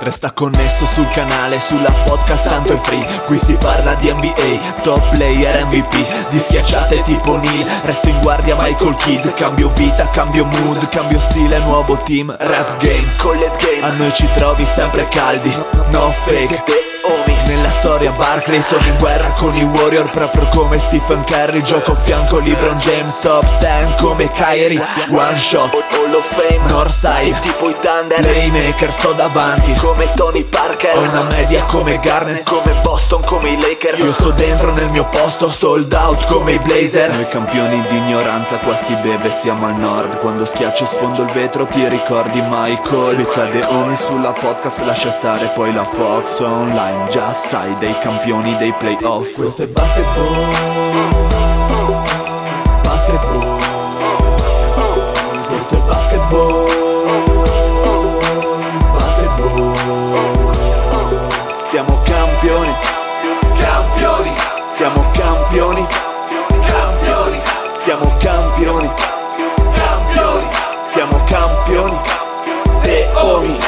Resta connesso sul canale, sulla podcast tanto è free. Qui si parla di NBA, top player MVP, di schiacciate tipo Neil. Resto in guardia Michael Kidd. Cambio vita, cambio mood, cambio stile, nuovo team. Rap game, collet game, a noi ci trovi sempre caldi. No fake, nella storia Barkley, sono in guerra con i Warrior, proprio come Stephen Curry. Gioco a fianco LeBron James, top 10 come Kyrie. One shot, Hall of Fame, Northside, tipo i Thunder. Playmaker, sto davanti come Tony Parker. Ho una media come Garnett, come Boston, come i Lakers. Io sto dentro nel mio posto, sold out come i Blazer. Noi campioni di ignoranza, qua si beve, siamo al nord. Quando schiaccio e sfondo il vetro ti ricordi Michael. Mi cade ogni sulla podcast, lascia stare poi la Fox online. Già sai, dei campioni dei playoff. Questo è basketball, basketball. Questo è basketball, basketball. Siamo campioni, campioni. Siamo campioni, campioni. Siamo campioni, campioni. Siamo campioni, The Homies.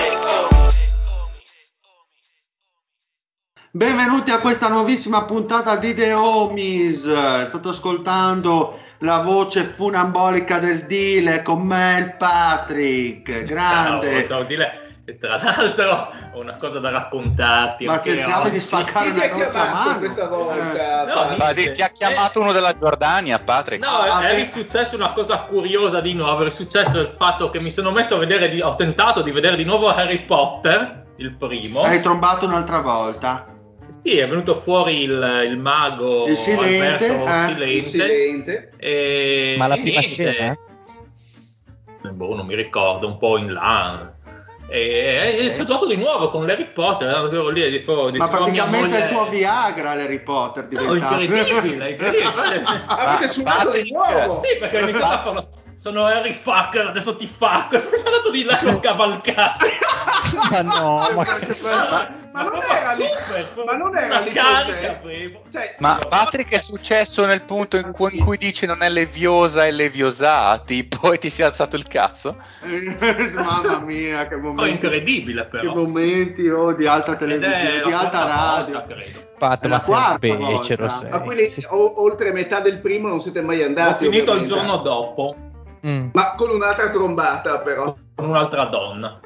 Benvenuti a questa nuovissima puntata di The Homies. State ascoltando la voce funambolica del Dile, con me il Patrick, grande. Ciao Dile, e tra l'altro ho una cosa da raccontarti. Ma cerchiamo di spaccare una goccia a mano questa volta. Ti ha chiamato uno della Giordania, Patrick? No, è risuccesso una cosa curiosa di nuovo. È successo il fatto che mi sono messo a vedere, ho tentato di vedere di nuovo Harry Potter, il primo. Hai trombato un'altra volta? Sì, è venuto fuori il mago, il Silente, Alberto Silente. Ma la prima scena? Non mi ricordo, un po' in là. E c'è trovato di nuovo con Harry Potter. Ma praticamente è il tuo Viagra l'Harry Potter diventato. Incredibile. Avete suonato di nuovo? Sì, perché ho iniziato a farlo. Sono Harry Fucker, adesso ti fuck. E poi sono andato di là con cavalcato. Ma no, ma non era una carica avevo. Ma Patrick, è successo nel punto in cui dice non è leviosa, è leviosa, tipo, e ti si è alzato il cazzo? Mamma mia, che momenti. Incredibile però. Che momenti di alta televisione, di alta radio. Volta, ma sei becero, sei. Ma quindi oltre metà del primo non siete mai andati? Ho finito ovviamente. il giorno dopo. Ma con un'altra trombata però. Con un'altra donna.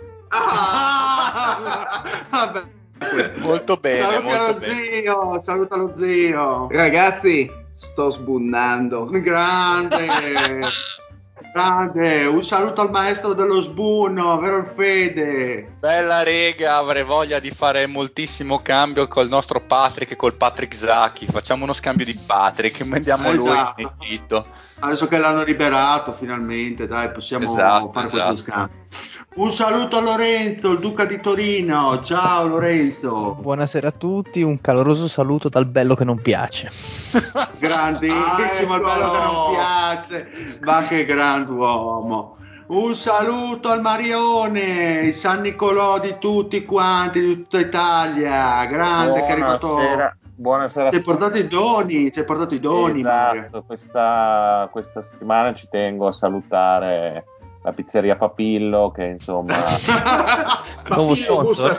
Vabbè. Molto bene, saluta lo zio. Ragazzi, sto sbunnando. Grande. Un saluto al maestro dello sbunno, vero il Fede? Bella rega, avrei voglia di fare moltissimo cambio col nostro Patrick e col Patrick Zacchi. Facciamo uno scambio di Patrick, mandiamo lui in Egitto. Adesso che l'hanno liberato finalmente, dai, possiamo fare questo scambio. Un saluto a Lorenzo, il duca di Torino. Ciao Lorenzo. Buonasera a tutti, un caloroso saluto dal bello che non piace. Grandissimo, il bello che non piace. Ma che grand'uomo. Un saluto al Marione, il San Nicolò di tutti quanti, di tutta Italia. Grande, che è arrivato. Buonasera. Ci hai portato i doni. Esatto, questa settimana ci tengo a salutare la pizzeria Papillo, che insomma nuovo sponsor.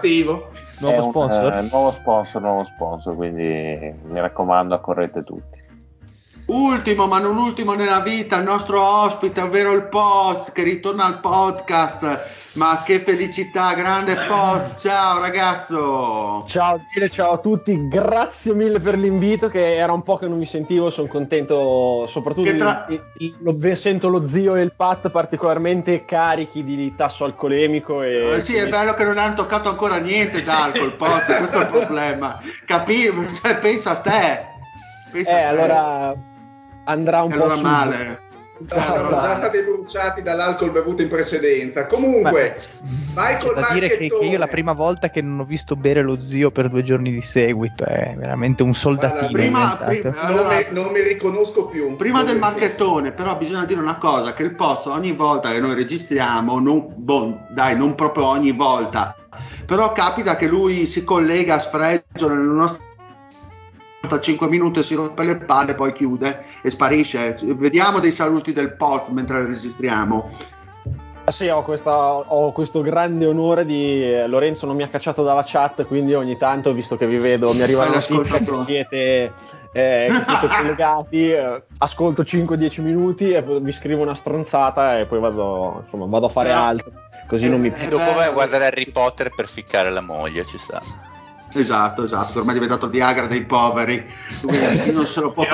Nuovo sponsor, quindi mi raccomando, accorrete tutti. Ultimo ma non ultimo nella vita, il nostro ospite, ovvero il Post, che ritorna al podcast. Ma che felicità, grande Post, ciao ragazzo. Ciao Dile, ciao a tutti, grazie mille per l'invito, che era un po' che non mi sentivo, sono contento, soprattutto sento lo zio e il Pat particolarmente carichi di tasso alcolemico. Sì, è bello che non hanno toccato ancora niente d'alcol, Post, questo è il problema. Cioè, pensa a te. Allora andrà un po' allora male. Sono già stati bruciati dall'alcol bevuto in precedenza. Comunque, vai col da dire che io la prima volta che non ho visto bere lo zio per 2 giorni di seguito è veramente un soldatino. Non mi riconosco più. Prima del marchettone, però bisogna dire una cosa, che il Post ogni volta che noi registriamo, non proprio ogni volta, però capita che lui si collega a sfregio nel nostro 5 minuti, si rompe le palle, poi chiude e sparisce. Vediamo dei saluti del Post mentre registriamo. Sì, ho questo grande onore di Lorenzo non mi ha cacciato dalla chat, quindi ogni tanto, visto che vi vedo, mi arriva la notizia che siete collegati, ascolto 5-10 minuti e vi scrivo una stronzata e poi vado a fare altro, così non mi E dopo vai a guardare Harry Potter per ficcare la moglie, ci sta. Esatto, che ormai è diventato il Viagra dei poveri. Chi non se lo può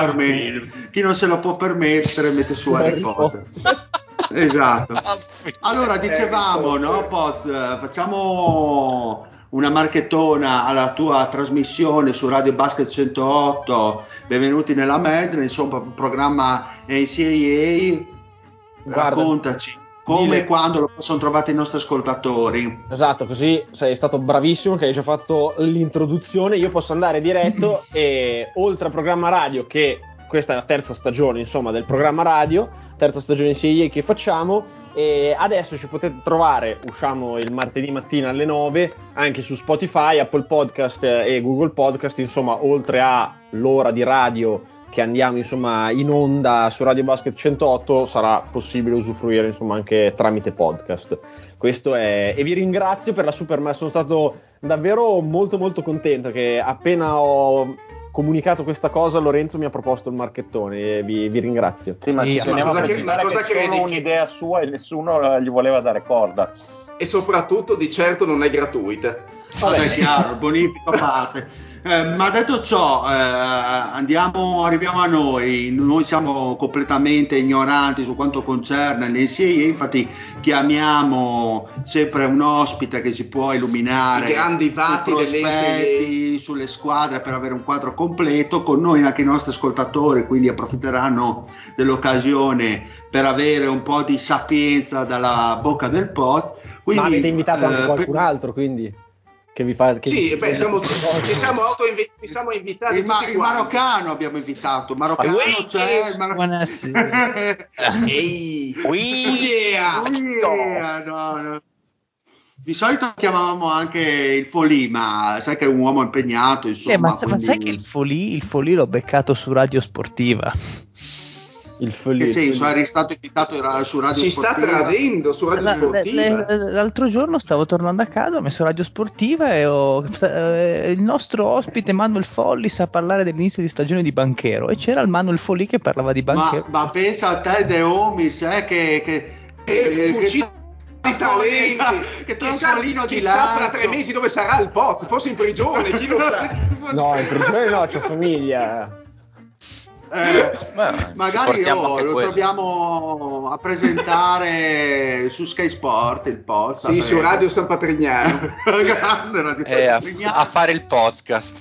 permettere mette su Harry Potter. Esatto. Allora dicevamo, no, Poz, facciamo una marchettona alla tua trasmissione su Radio Basket 108. Benvenuti nella Madre, insomma, un programma NCAA. Raccontaci come e quando lo possono trovare i nostri ascoltatori. Esatto, così sei stato bravissimo che hai già fatto l'introduzione. Io posso andare diretto e oltre al programma radio, che questa è la terza stagione, insomma, del programma radio, terza stagione NCAA che facciamo, e adesso ci potete trovare, usciamo il martedì mattina alle 9 anche su Spotify, Apple Podcast e Google Podcast, insomma, oltre all'ora di radio che andiamo insomma in onda su Radio Basket 108 sarà possibile usufruire insomma anche tramite podcast. Questo è, e vi ringrazio per la super, ma sono stato davvero molto molto contento che appena ho comunicato questa cosa Lorenzo mi ha proposto il marchettone e vi ringrazio. Sì, ma ci teniamo a precisare che è solo un'idea sua e nessuno gli voleva dare corda. E soprattutto di certo non è gratuita. Vabbè, è chiaro, bonifico a parte. Ma detto ciò, arriviamo a noi siamo completamente ignoranti su quanto concerne l'NCAA, infatti chiamiamo sempre un ospite che ci può illuminare i grandi vati dell'NCAA, sulle squadre per avere un quadro completo. Con noi anche i nostri ascoltatori, quindi approfitteranno dell'occasione per avere un po' di sapienza dalla bocca del Poz. Ma avete invitato anche qualcun altro, quindi? Che vi fa, che sì, ci siamo invitati il maroccano abbiamo invitato, il maroccano c'è, buonasera. No. Di solito chiamavamo anche il Folì, ma sai che è un uomo impegnato, insomma. Ma sai che il Folì l'ho beccato su Radio Sportiva. Che senso? Eri stato invitato su Radio Sportiva? Ci sta tradendo su Radio Sportiva. L'altro giorno stavo tornando a casa, ho messo Radio Sportiva e il nostro ospite Manuel Folli sa parlare dell'inizio di stagione di Banchero, e c'era il Manuel Folli che parlava di Banchero. Ma pensa a te De Omis, che talenti, che chissà tra 3 mesi dove sarà il Poz, forse in prigione, chi lo sa. No, in prigione no, c'ho famiglia. Magari lo troviamo a presentare su Sky Sport il Poz. Sì, su Radio San Patrignano. Grande Radio San Patrignano. A fare il podcast.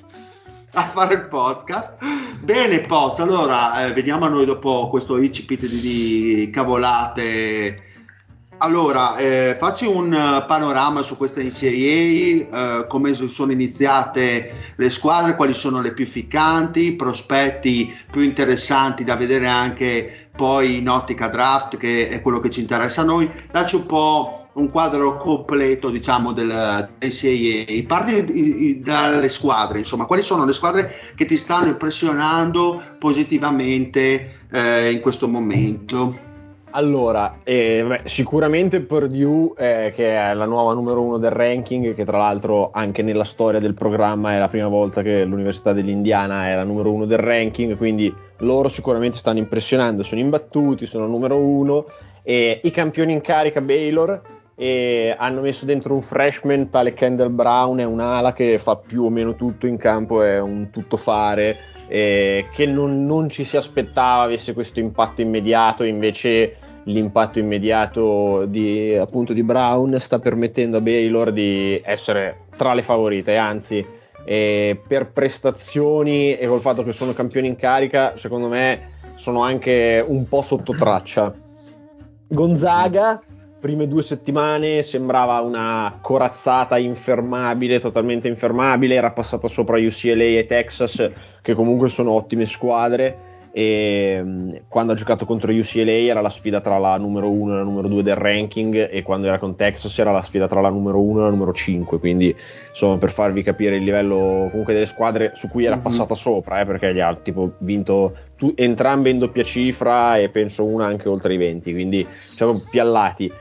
Bene, Poz, allora vediamo noi dopo questo incipit di cavolate. Allora, facci un panorama su questa NCAA, come sono iniziate le squadre, quali sono le più ficcanti, prospetti più interessanti da vedere anche poi in ottica draft, che è quello che ci interessa a noi. Dacci un po' un quadro completo, diciamo, del NCAA. Parti dalle squadre, insomma, quali sono le squadre che ti stanno impressionando positivamente in questo momento? Allora, sicuramente Purdue, che è la nuova numero 1 del ranking, che tra l'altro anche nella storia del programma è la prima volta che l'Università dell'Indiana è la numero 1 del ranking, quindi loro sicuramente stanno impressionando, sono imbattuti, sono numero 1, e i campioni in carica Baylor, e hanno messo dentro un freshman tale Kendall Brown, è un'ala che fa più o meno tutto in campo, è un tuttofare, che non ci si aspettava avesse questo impatto immediato. Invece l'impatto immediato di Brown sta permettendo a Baylor di essere tra le favorite, anzi per prestazioni e col fatto che sono campioni in carica, secondo me sono anche un po' sotto traccia. Gonzaga, prime 2 settimane sembrava una corazzata infermabile, totalmente infermabile, era passata sopra UCLA e Texas, che comunque sono ottime squadre, e quando ha giocato contro UCLA era la sfida tra la numero 1 e la numero 2 del ranking, e quando era con Texas era la sfida tra la numero 1 e la numero 5, quindi insomma, per farvi capire il livello comunque delle squadre su cui era passata sopra, perché gli ha tipo vinto entrambe in doppia cifra e penso una anche oltre i 20, quindi diciamo piallati.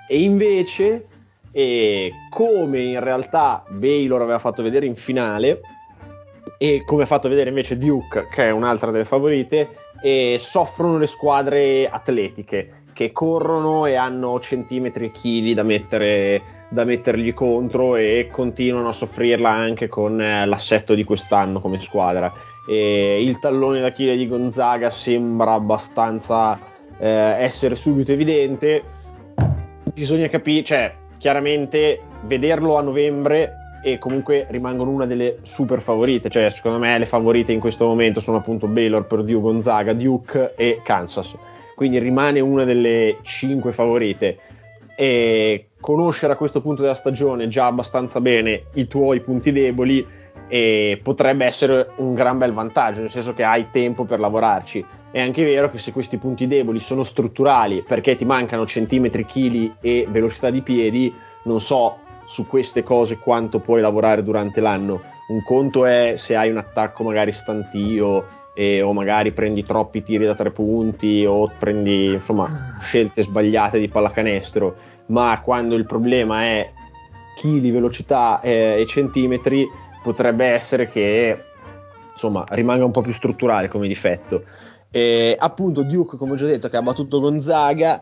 E invece, come in realtà Baylor aveva fatto vedere in finale, e come ha fatto vedere invece Duke, che è un'altra delle favorite, soffrono le squadre atletiche, che corrono e hanno centimetri e chili da mettergli contro, e continuano a soffrirla anche con l'assetto di quest'anno come squadra. Il tallone d'Achille di Gonzaga sembra abbastanza essere subito evidente. Bisogna capire, cioè chiaramente vederlo a novembre, e comunque rimangono una delle super favorite, cioè secondo me le favorite in questo momento sono appunto Baylor, Purdue, Gonzaga, Duke e Kansas, quindi rimane una delle 5 favorite. E conoscere a questo punto della stagione già abbastanza bene i tuoi punti deboli potrebbe essere un gran bel vantaggio, nel senso che hai tempo per lavorarci. È anche vero che se questi punti deboli sono strutturali, perché ti mancano centimetri, chili e velocità di piedi, non so su queste cose quanto puoi lavorare durante l'anno. Un conto è se hai un attacco magari stantio, o magari prendi troppi tiri da 3 punti, o prendi insomma scelte sbagliate di pallacanestro, ma quando il problema è chili, velocità e centimetri, potrebbe essere che insomma rimanga un po' più strutturale come difetto. Appunto Duke, come ho già detto, che ha battuto Gonzaga,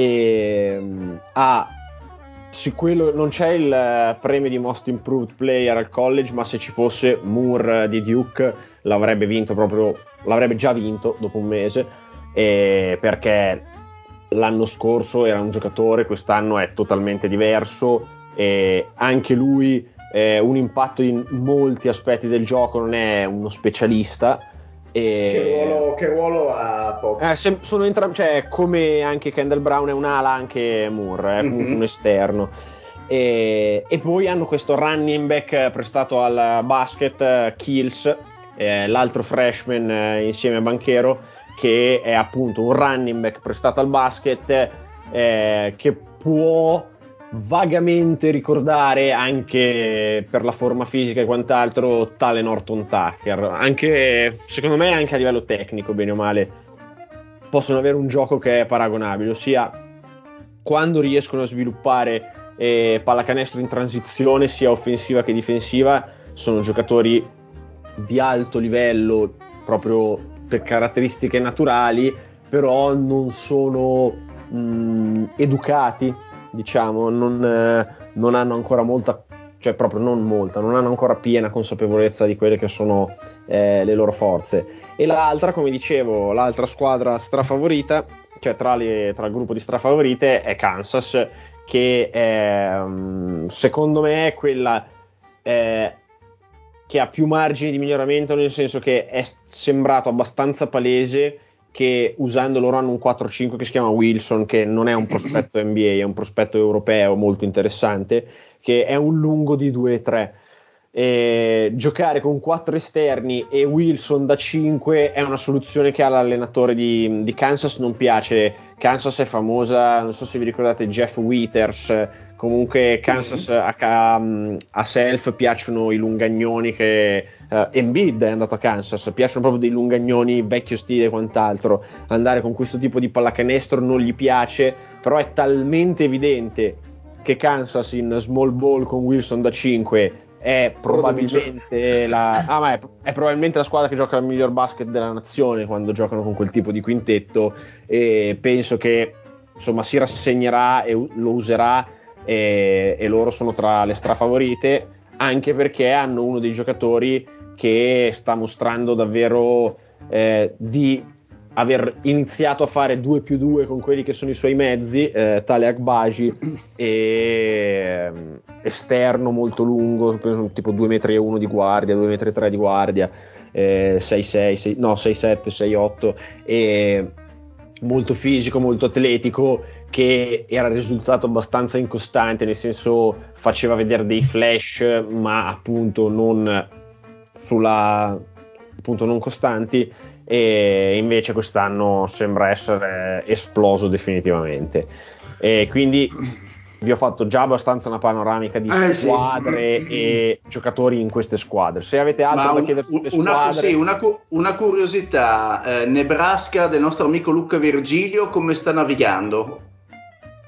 su quello non c'è il premio di Most Improved Player al college, ma se ci fosse, Moore di Duke l'avrebbe già vinto dopo un mese, perché l'anno scorso era un giocatore, quest'anno è totalmente diverso, e anche lui un impatto in molti aspetti del gioco, non è uno specialista. Che ruolo ha Pox? Sono entrambi, cioè come anche Kendall Brown è un'ala, anche Moore è comunque un esterno. E poi hanno questo running back prestato al basket, Kills, l'altro freshman insieme a Banchero, che è appunto un running back prestato al basket, che può vagamente ricordare, anche per la forma fisica e quant'altro, tale Norton Tucker, anche secondo me anche a livello tecnico, bene o male possono avere un gioco che è paragonabile, ossia quando riescono a sviluppare pallacanestro in transizione sia offensiva che difensiva, sono giocatori di alto livello proprio per caratteristiche naturali, però non sono educati, diciamo, non hanno ancora molta, cioè proprio non molta, non hanno ancora piena consapevolezza di quelle che sono le loro forze. E l'altra, come dicevo, l'altra squadra strafavorita, cioè tra il gruppo di strafavorite, è Kansas, che secondo me è quella che ha più margini di miglioramento, nel senso che è sembrato abbastanza palese che usando loro hanno un 4-5 che si chiama Wilson, che non è un prospetto NBA, è un prospetto europeo molto interessante, che è un lungo di 2-3. Giocare con 4 esterni e Wilson da 5 è una soluzione che all'allenatore di Kansas non piace. Kansas è famosa, non so se vi ricordate Jeff Withers, comunque Kansas a Self piacciono i lungagnoni, che Embiid è andato a Kansas, piacciono proprio dei lungagnoni vecchio stile e quant'altro. Andare con questo tipo di pallacanestro non gli piace, però è talmente evidente che Kansas in small ball con Wilson da 5 è probabilmente è probabilmente la squadra che gioca il miglior basket della nazione quando giocano con quel tipo di quintetto, e penso che insomma si rassegnerà e lo userà, e loro sono tra le strafavorite, anche perché hanno uno dei giocatori che sta mostrando davvero di aver iniziato a fare 2+2 con quelli che sono i suoi mezzi, tale Agbaji, e esterno molto lungo, tipo 2,1 m di guardia, 2,3 m di guardia, 6'7, 6'8, e molto fisico, molto atletico, che era risultato abbastanza incostante, nel senso faceva vedere dei flash, ma appunto non costanti, e invece quest'anno sembra essere esploso definitivamente. E quindi vi ho fatto già abbastanza una panoramica di squadre e giocatori in queste squadre. Se avete altro da chiedere sulle squadre, una curiosità, Nebraska del nostro amico Luca Virgilio come sta navigando?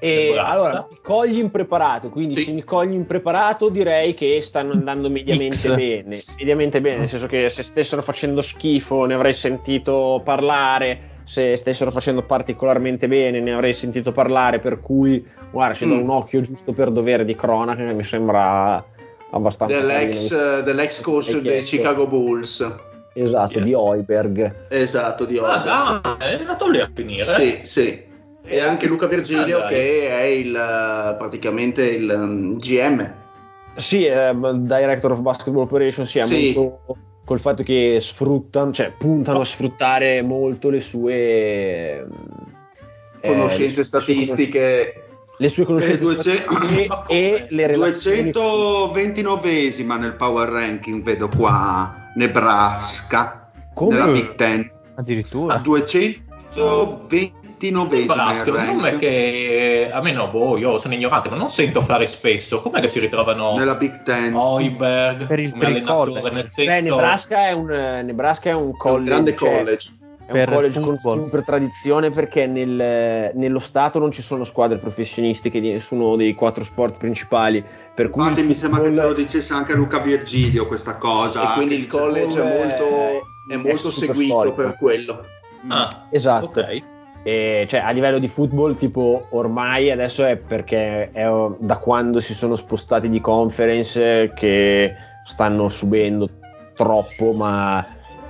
E allora, mi cogli impreparato, quindi se mi cogli impreparato direi che stanno andando mediamente bene, nel senso che se stessero facendo schifo ne avrei sentito parlare, se stessero facendo particolarmente bene ne avrei sentito parlare, per cui guarda, ci do un occhio giusto per dovere di cronaca, che mi sembra abbastanza dell'ex coach dei Chicago Bulls. Esatto, di Hoiberg. Esatto, di Hoiberg. È andato lì a finire. Sì. E anche Luca Virgilio che è praticamente il GM. Sì, Director of Basketball Operations, molto col fatto che puntano a sfruttare molto le sue conoscenze statistiche. Le sue conoscenze statistiche e le relazioni. 229esima nel power ranking, vedo qua, Nebraska, nella Big Ten. Addirittura. 229esima. Nebraska, un nome che a me io sono ignorante, ma non sento fare spesso. Com'è che si ritrovano nella Big Ten? Hoiberg per il college. Nel senso... Nebraska è un college, un grande college. È un college con super tradizione, perché nello stato non ci sono squadre professionistiche di nessuno dei 4 sport principali, per cui infatti mi sembra che ce lo dicesse anche Luca Virgilio questa cosa, e quindi il college è molto seguito storico. Per quello. Esatto. Okay. A livello di football, tipo, ormai adesso è perché è da quando si sono spostati di conference che stanno subendo troppo, ma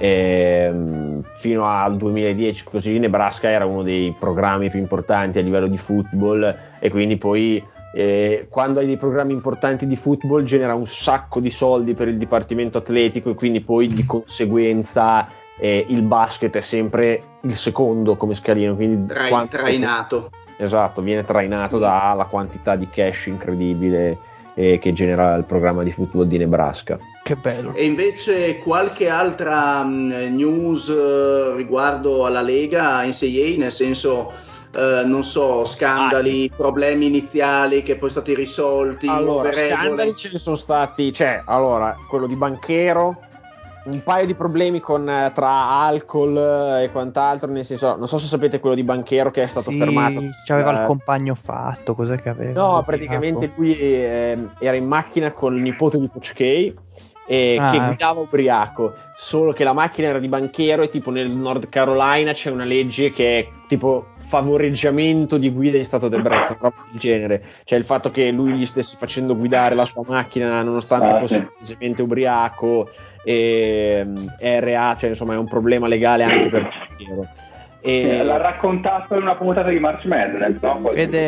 fino al 2010 così Nebraska era uno dei programmi più importanti a livello di football, e quindi poi quando hai dei programmi importanti di football genera un sacco di soldi per il dipartimento atletico, e quindi poi di conseguenza il basket è sempre il secondo come scalino, quindi trainato. Esatto, viene trainato dalla quantità di cash incredibile che genera il programma di football di Nebraska. Che bello. E invece qualche altra news riguardo alla Lega NCAA, nel senso non so, scandali, problemi iniziali che poi sono stati risolti, nuove regole. Scandali ce ne sono stati, quello di Banchero, un paio di problemi tra alcol e quant'altro, nel senso, non so se sapete quello di Banchero che è stato fermato. C'aveva il compagno fatto, cos'è che aveva? No, praticamente lui era in macchina con il nipote di Coach K che guidava ubriaco, solo che la macchina era di Banchero e tipo nel North Carolina c'è una legge che è tipo favoreggiamento di guida in stato d'ebbrezza, proprio del genere, cioè il fatto che lui gli stesse facendo guidare la sua macchina nonostante fosse semplicemente ubriaco è reato, cioè insomma è un problema legale anche per Banchero. L'ha raccontato in una puntata di March Madness, no? Fede,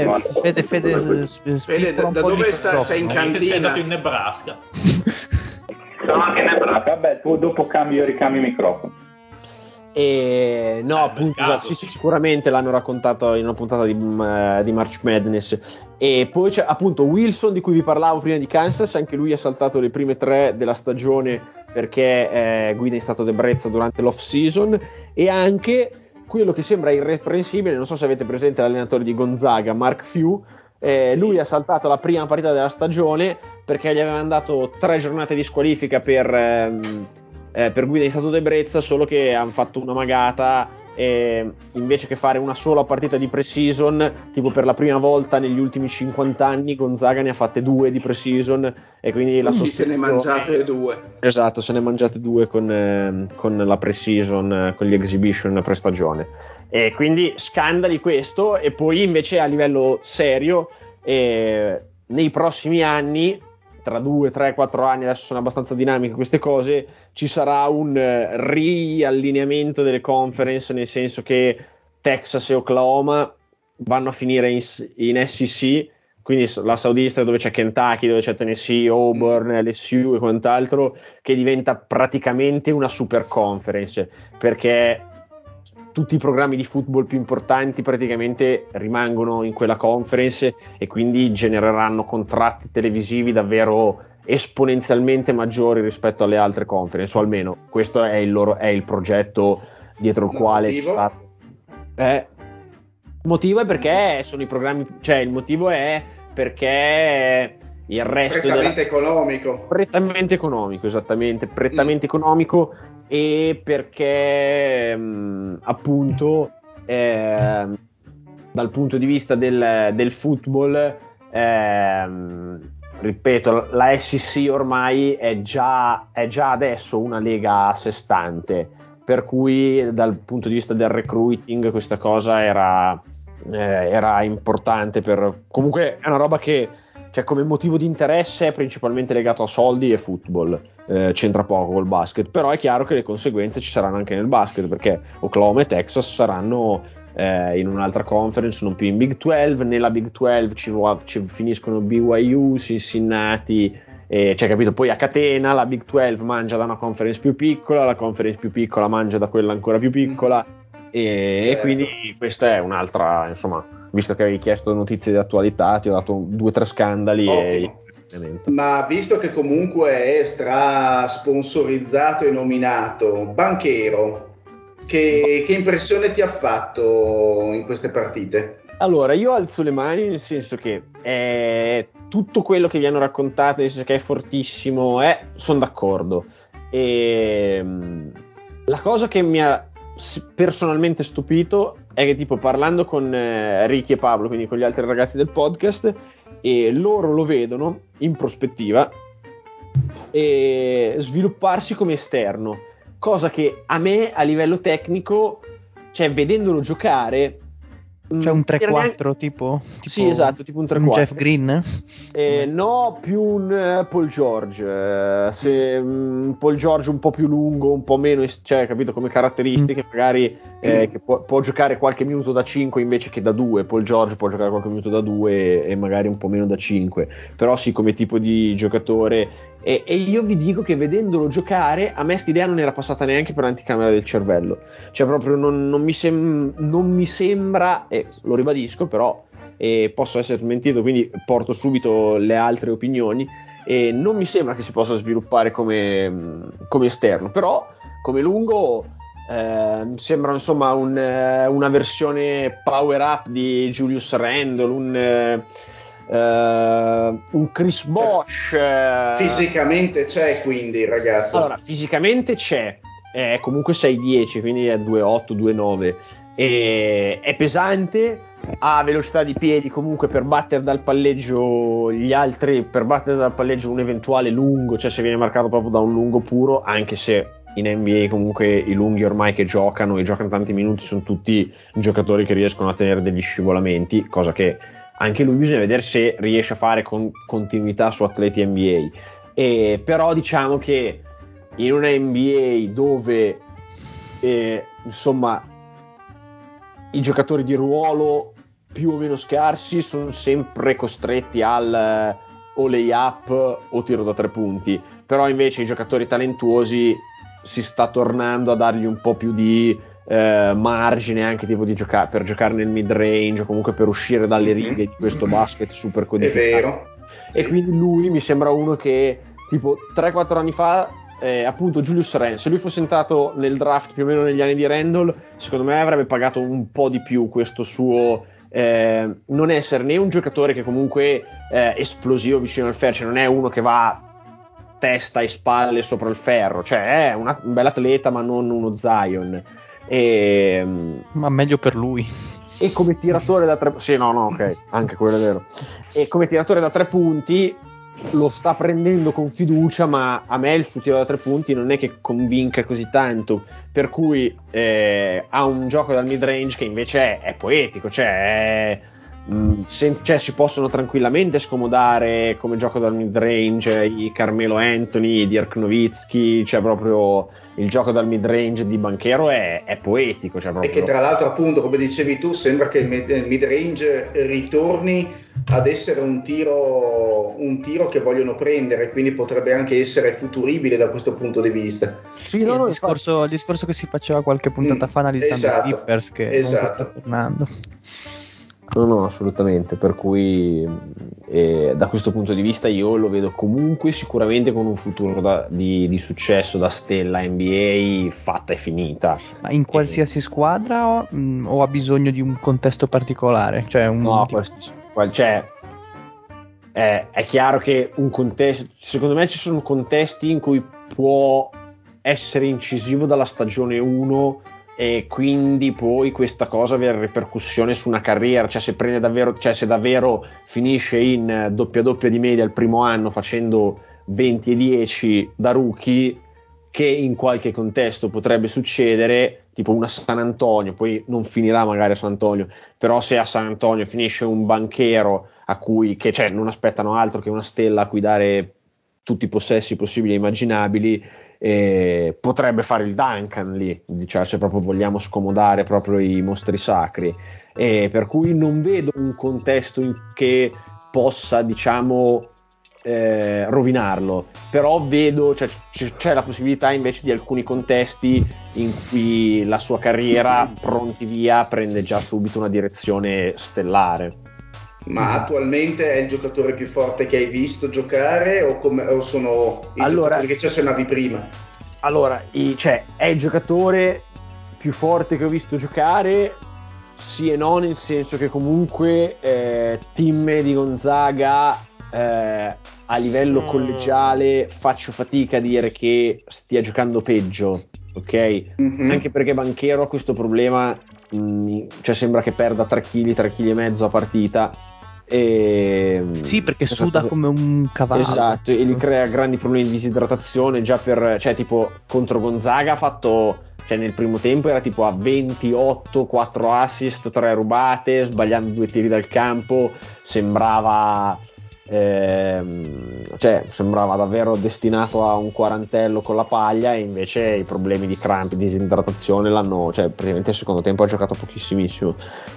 da dove sei in cantina? Sei andato in Nebraska. Sono anche in Nebraska. Vabbè, tu dopo ricambi il microfono. No, appunto, sì, sicuramente l'hanno raccontato in una puntata di March Madness. E poi c'è appunto Wilson, di cui vi parlavo prima, di Kansas, anche lui ha saltato le prime 3 della stagione perché guida in stato d'ebbrezza durante l'off season. E anche quello che sembra irreprensibile, non so se avete presente l'allenatore di Gonzaga, Mark Few, lui ha saltato la prima partita della stagione perché gli avevano dato 3 giornate di squalifica per guida in stato d'ebbrezza, solo che hanno fatto una magata, invece che fare una sola partita di pre-season, tipo per la prima volta negli ultimi 50 anni Gonzaga ne ha fatte 2 di pre-season, e quindi se ne mangiate 2. Esatto, se ne mangiate 2 con la pre-season, con gli exhibition pre-stagione, e quindi scandali questo. E poi invece a livello serio, nei prossimi anni, tra 2, 3, 4 anni, adesso sono abbastanza dinamiche queste cose, ci sarà un riallineamento delle conference, nel senso che Texas e Oklahoma vanno a finire in SEC, quindi la Southeast, dove c'è Kentucky, dove c'è Tennessee, Auburn, LSU e quant'altro, che diventa praticamente una super conference, perché tutti i programmi di football più importanti praticamente rimangono in quella conference, e quindi genereranno contratti televisivi davvero esponenzialmente maggiori rispetto alle altre conference, o almeno questo è il progetto dietro il quale c'è stato. Il motivo è perché sono i programmi, cioè il motivo è perché il resto prettamente economico, esattamente, prettamente economico, e perché appunto dal punto di vista del football, ripeto, la SEC ormai è già adesso una lega a sé stante, per cui dal punto di vista del recruiting questa cosa era importante. Comunque è una roba che, cioè, come motivo di interesse è principalmente legato a soldi e football, c'entra poco col basket, però è chiaro che le conseguenze ci saranno anche nel basket, perché Oklahoma e Texas saranno in un'altra conference, non più in Big 12. Nella Big 12 ci finiscono BYU, Cincinnati, cioè, capito? Poi a catena la Big 12 mangia da una conference più piccola, la conference più piccola mangia da quella ancora più piccola, e quindi questa è un'altra, insomma, visto che avevi chiesto notizie di attualità, ti ho dato 2 o 3 scandali. Ottimo. Ma visto che comunque è sponsorizzato e nominato, Banchero, che impressione ti ha fatto in queste partite? Allora, io alzo le mani, nel senso che tutto quello che vi hanno raccontato, nel senso che è fortissimo, sono d'accordo. E la cosa che mi ha personalmente stupito è che, tipo, parlando con Ricky e Pablo, quindi con gli altri ragazzi del podcast, e loro lo vedono in prospettiva e svilupparsi come esterno, cosa che a me a livello tecnico, cioè vedendolo giocare, c'è un 3-4 tipo? Sì, esatto, tipo un 3-4. Un Jeff Green? No, più un Paul George. Paul George un po' più lungo, un po' meno, cioè, capito, come caratteristiche, magari che può giocare qualche minuto da 5 invece che da 2. Paul George può giocare qualche minuto da 2 e magari un po' meno da 5. Però sì, come tipo di giocatore. E io vi dico che vedendolo giocare, a me st'idea non era passata neanche per l'anticamera del cervello. Cioè, proprio non mi sembra, e lo ribadisco, però posso essere smentito, quindi porto subito le altre opinioni, e non mi sembra che si possa sviluppare come esterno, però come lungo mi sembra, insomma, una versione power up di Julius Randle, un Chris Bosh. Fisicamente c'è, quindi, ragazzo. Allora, fisicamente c'è, è comunque 6'10", quindi è 2'8", 2'9", è pesante, ha velocità di piedi comunque per battere dal palleggio gli altri, per battere dal palleggio un eventuale lungo, cioè se viene marcato proprio da un lungo puro, anche se in NBA comunque i lunghi ormai che giocano tanti minuti sono tutti giocatori che riescono a tenere degli scivolamenti, cosa che anche lui bisogna vedere se riesce a fare con continuità su atleti NBA. Però diciamo che in una NBA dove insomma i giocatori di ruolo più o meno scarsi sono sempre costretti al o layup o tiro da 3 punti, però invece i giocatori talentuosi si sta tornando a dargli un po' più di margine, anche tipo per giocare nel mid range o comunque per uscire dalle righe di questo basket super codificato. È vero, sì. E quindi lui mi sembra uno che tipo 3-4 anni fa, appunto Julius Randle, se lui fosse entrato nel draft più o meno negli anni di Randle, secondo me avrebbe pagato un po' di più questo suo non essere né un giocatore che comunque esplosivo vicino al ferro, cioè non è uno che va testa e spalle sopra il ferro, cioè è un bel atleta ma non uno Zion, ma meglio per lui. E come tiratore da 3 sì, no, ok, anche quello è vero, e come tiratore da 3 punti lo sta prendendo con fiducia, ma a me il suo tiro da 3 punti non è che convinca così tanto, per cui ha un gioco dal mid range che invece è poetico, cioè si possono tranquillamente scomodare come gioco dal mid range i Carmelo Anthony, i Dirk Nowitzki, cioè proprio il gioco dal mid range di Banchero è poetico, cioè proprio. E che tra l'altro, appunto, come dicevi tu, sembra che il mid range ritorni ad essere un tiro che vogliono prendere, quindi potrebbe anche essere futuribile da questo punto di vista. Sì, il discorso che si faceva qualche puntata fa analizzando i Clippers, che sta tornando. No, assolutamente, per cui da questo punto di vista io lo vedo comunque sicuramente con un futuro di successo da stella NBA fatta e finita. Ma in qualsiasi squadra o ha bisogno di un contesto particolare? Cioè è chiaro che un contesto, secondo me ci sono contesti in cui può essere incisivo dalla stagione 1 e quindi poi questa cosa avere ripercussione su una carriera, cioè se prende davvero, cioè se davvero finisce in doppia di media il primo anno facendo 20 e 10 da rookie, che in qualche contesto potrebbe succedere, tipo una San Antonio, poi non finirà magari a San Antonio, però se a San Antonio finisce un banchero che cioè, non aspettano altro che una stella a cui dare tutti i possessi possibili e immaginabili, potrebbe fare il Duncan lì, cioè se proprio vogliamo scomodare proprio i mostri sacri, per cui non vedo un contesto che possa, diciamo, rovinarlo, però vedo, cioè, c'è la possibilità invece di alcuni contesti in cui la sua carriera pronti via prende già subito una direzione stellare. Ma attualmente è il giocatore più forte che hai visto giocare o sono i giocatori che ci suonavi prima? Allora, cioè, è il giocatore più forte che ho visto giocare, sì e no, nel senso che comunque Timme di Gonzaga a livello collegiale faccio fatica a dire che stia giocando peggio, ok? Mm-hmm. Anche perché Banchero ha questo problema, cioè sembra che perda 3 kg e mezzo a partita. Sì, perché suda come un cavallo. Esatto, e gli crea grandi problemi di disidratazione già cioè tipo contro Gonzaga ha fatto, cioè nel primo tempo era tipo a 28, 4 assist, 3 rubate, sbagliando 2 tiri dal campo, sembrava davvero destinato a un quarantello con la paglia, e invece i problemi di crampi, di disidratazione cioè praticamente il secondo tempo ha giocato pochissimissimo,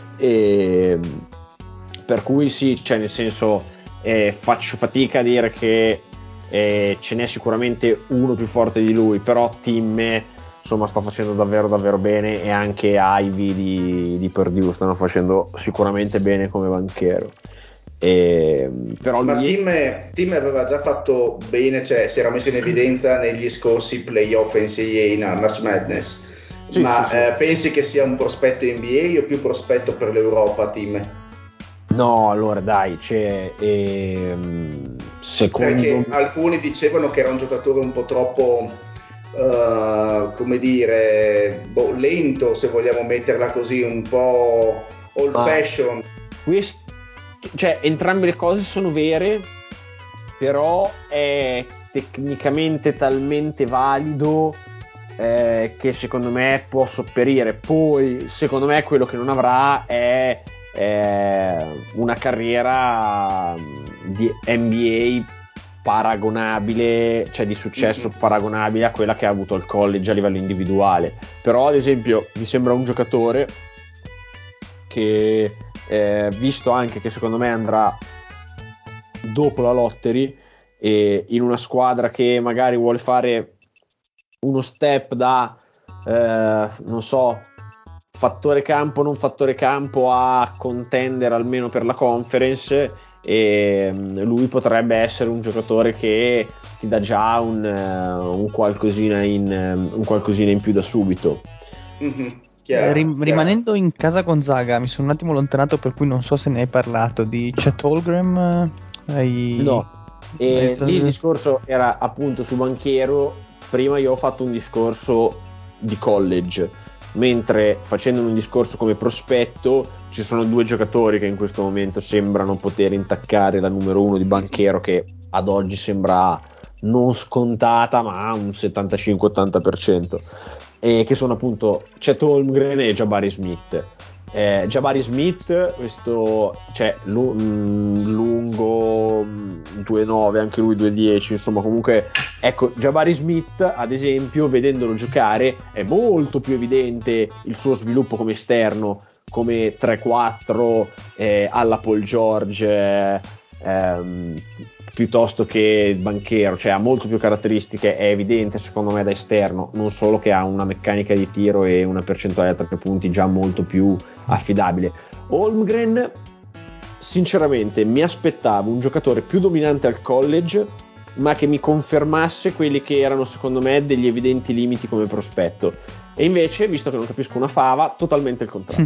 per cui sì, cioè nel senso faccio fatica a dire che ce n'è sicuramente uno più forte di lui, però Timme insomma sta facendo davvero bene, e anche Ivy di Purdue stanno facendo sicuramente bene come banchero. Però ma Timme aveva già fatto bene, cioè si era messo in evidenza negli scorsi playoff NCAA in March Madness, sì, ma sì. Pensi che sia un prospetto NBA o più prospetto per l'Europa Timme? No, allora dai, secondo perché alcuni dicevano che era un giocatore un po' troppo come dire, lento, se vogliamo metterla così, un po' old fashion. Cioè entrambe le cose sono vere, però è tecnicamente talmente valido che secondo me può sopperire. Poi secondo me quello che non avrà è una carriera di NBA paragonabile, cioè di successo paragonabile a quella che ha avuto al college a livello individuale. Però ad esempio mi sembra un giocatore che visto anche che secondo me andrà dopo la lottery, e in una squadra che magari vuole fare uno step da non so, fattore campo non fattore campo a contender almeno per la conference, e lui potrebbe essere un giocatore che ti dà già un qualcosina in più da subito. Rimanendo in casa Gonzaga, mi sono un attimo allontanato, per cui non so se ne hai parlato di Chet Holmgren. No, lì il discorso era appunto su banchero. Prima io ho fatto un discorso di college, mentre facendo un discorso come prospetto ci sono due giocatori che in questo momento sembrano poter intaccare la numero 1 di banchero, che ad oggi sembra non scontata ma un 75-80%, e che sono appunto Chet Holmgren e Jabari Smith. Jabari Smith, questo cioè lungo 2'9", anche lui 2'10", insomma comunque ecco, Jabari Smith ad esempio, vedendolo giocare è molto più evidente il suo sviluppo come esterno, come 3-4 alla Paul George, piuttosto che banchero, cioè ha molto più caratteristiche, è evidente secondo me da esterno, non solo che ha una meccanica di tiro e una percentuale da 3 punti già molto più affidabile. Holmgren sinceramente mi aspettavo un giocatore più dominante al college, ma che mi confermasse quelli che erano secondo me degli evidenti limiti come prospetto. E invece, visto che non capisco una fava, totalmente il contrario.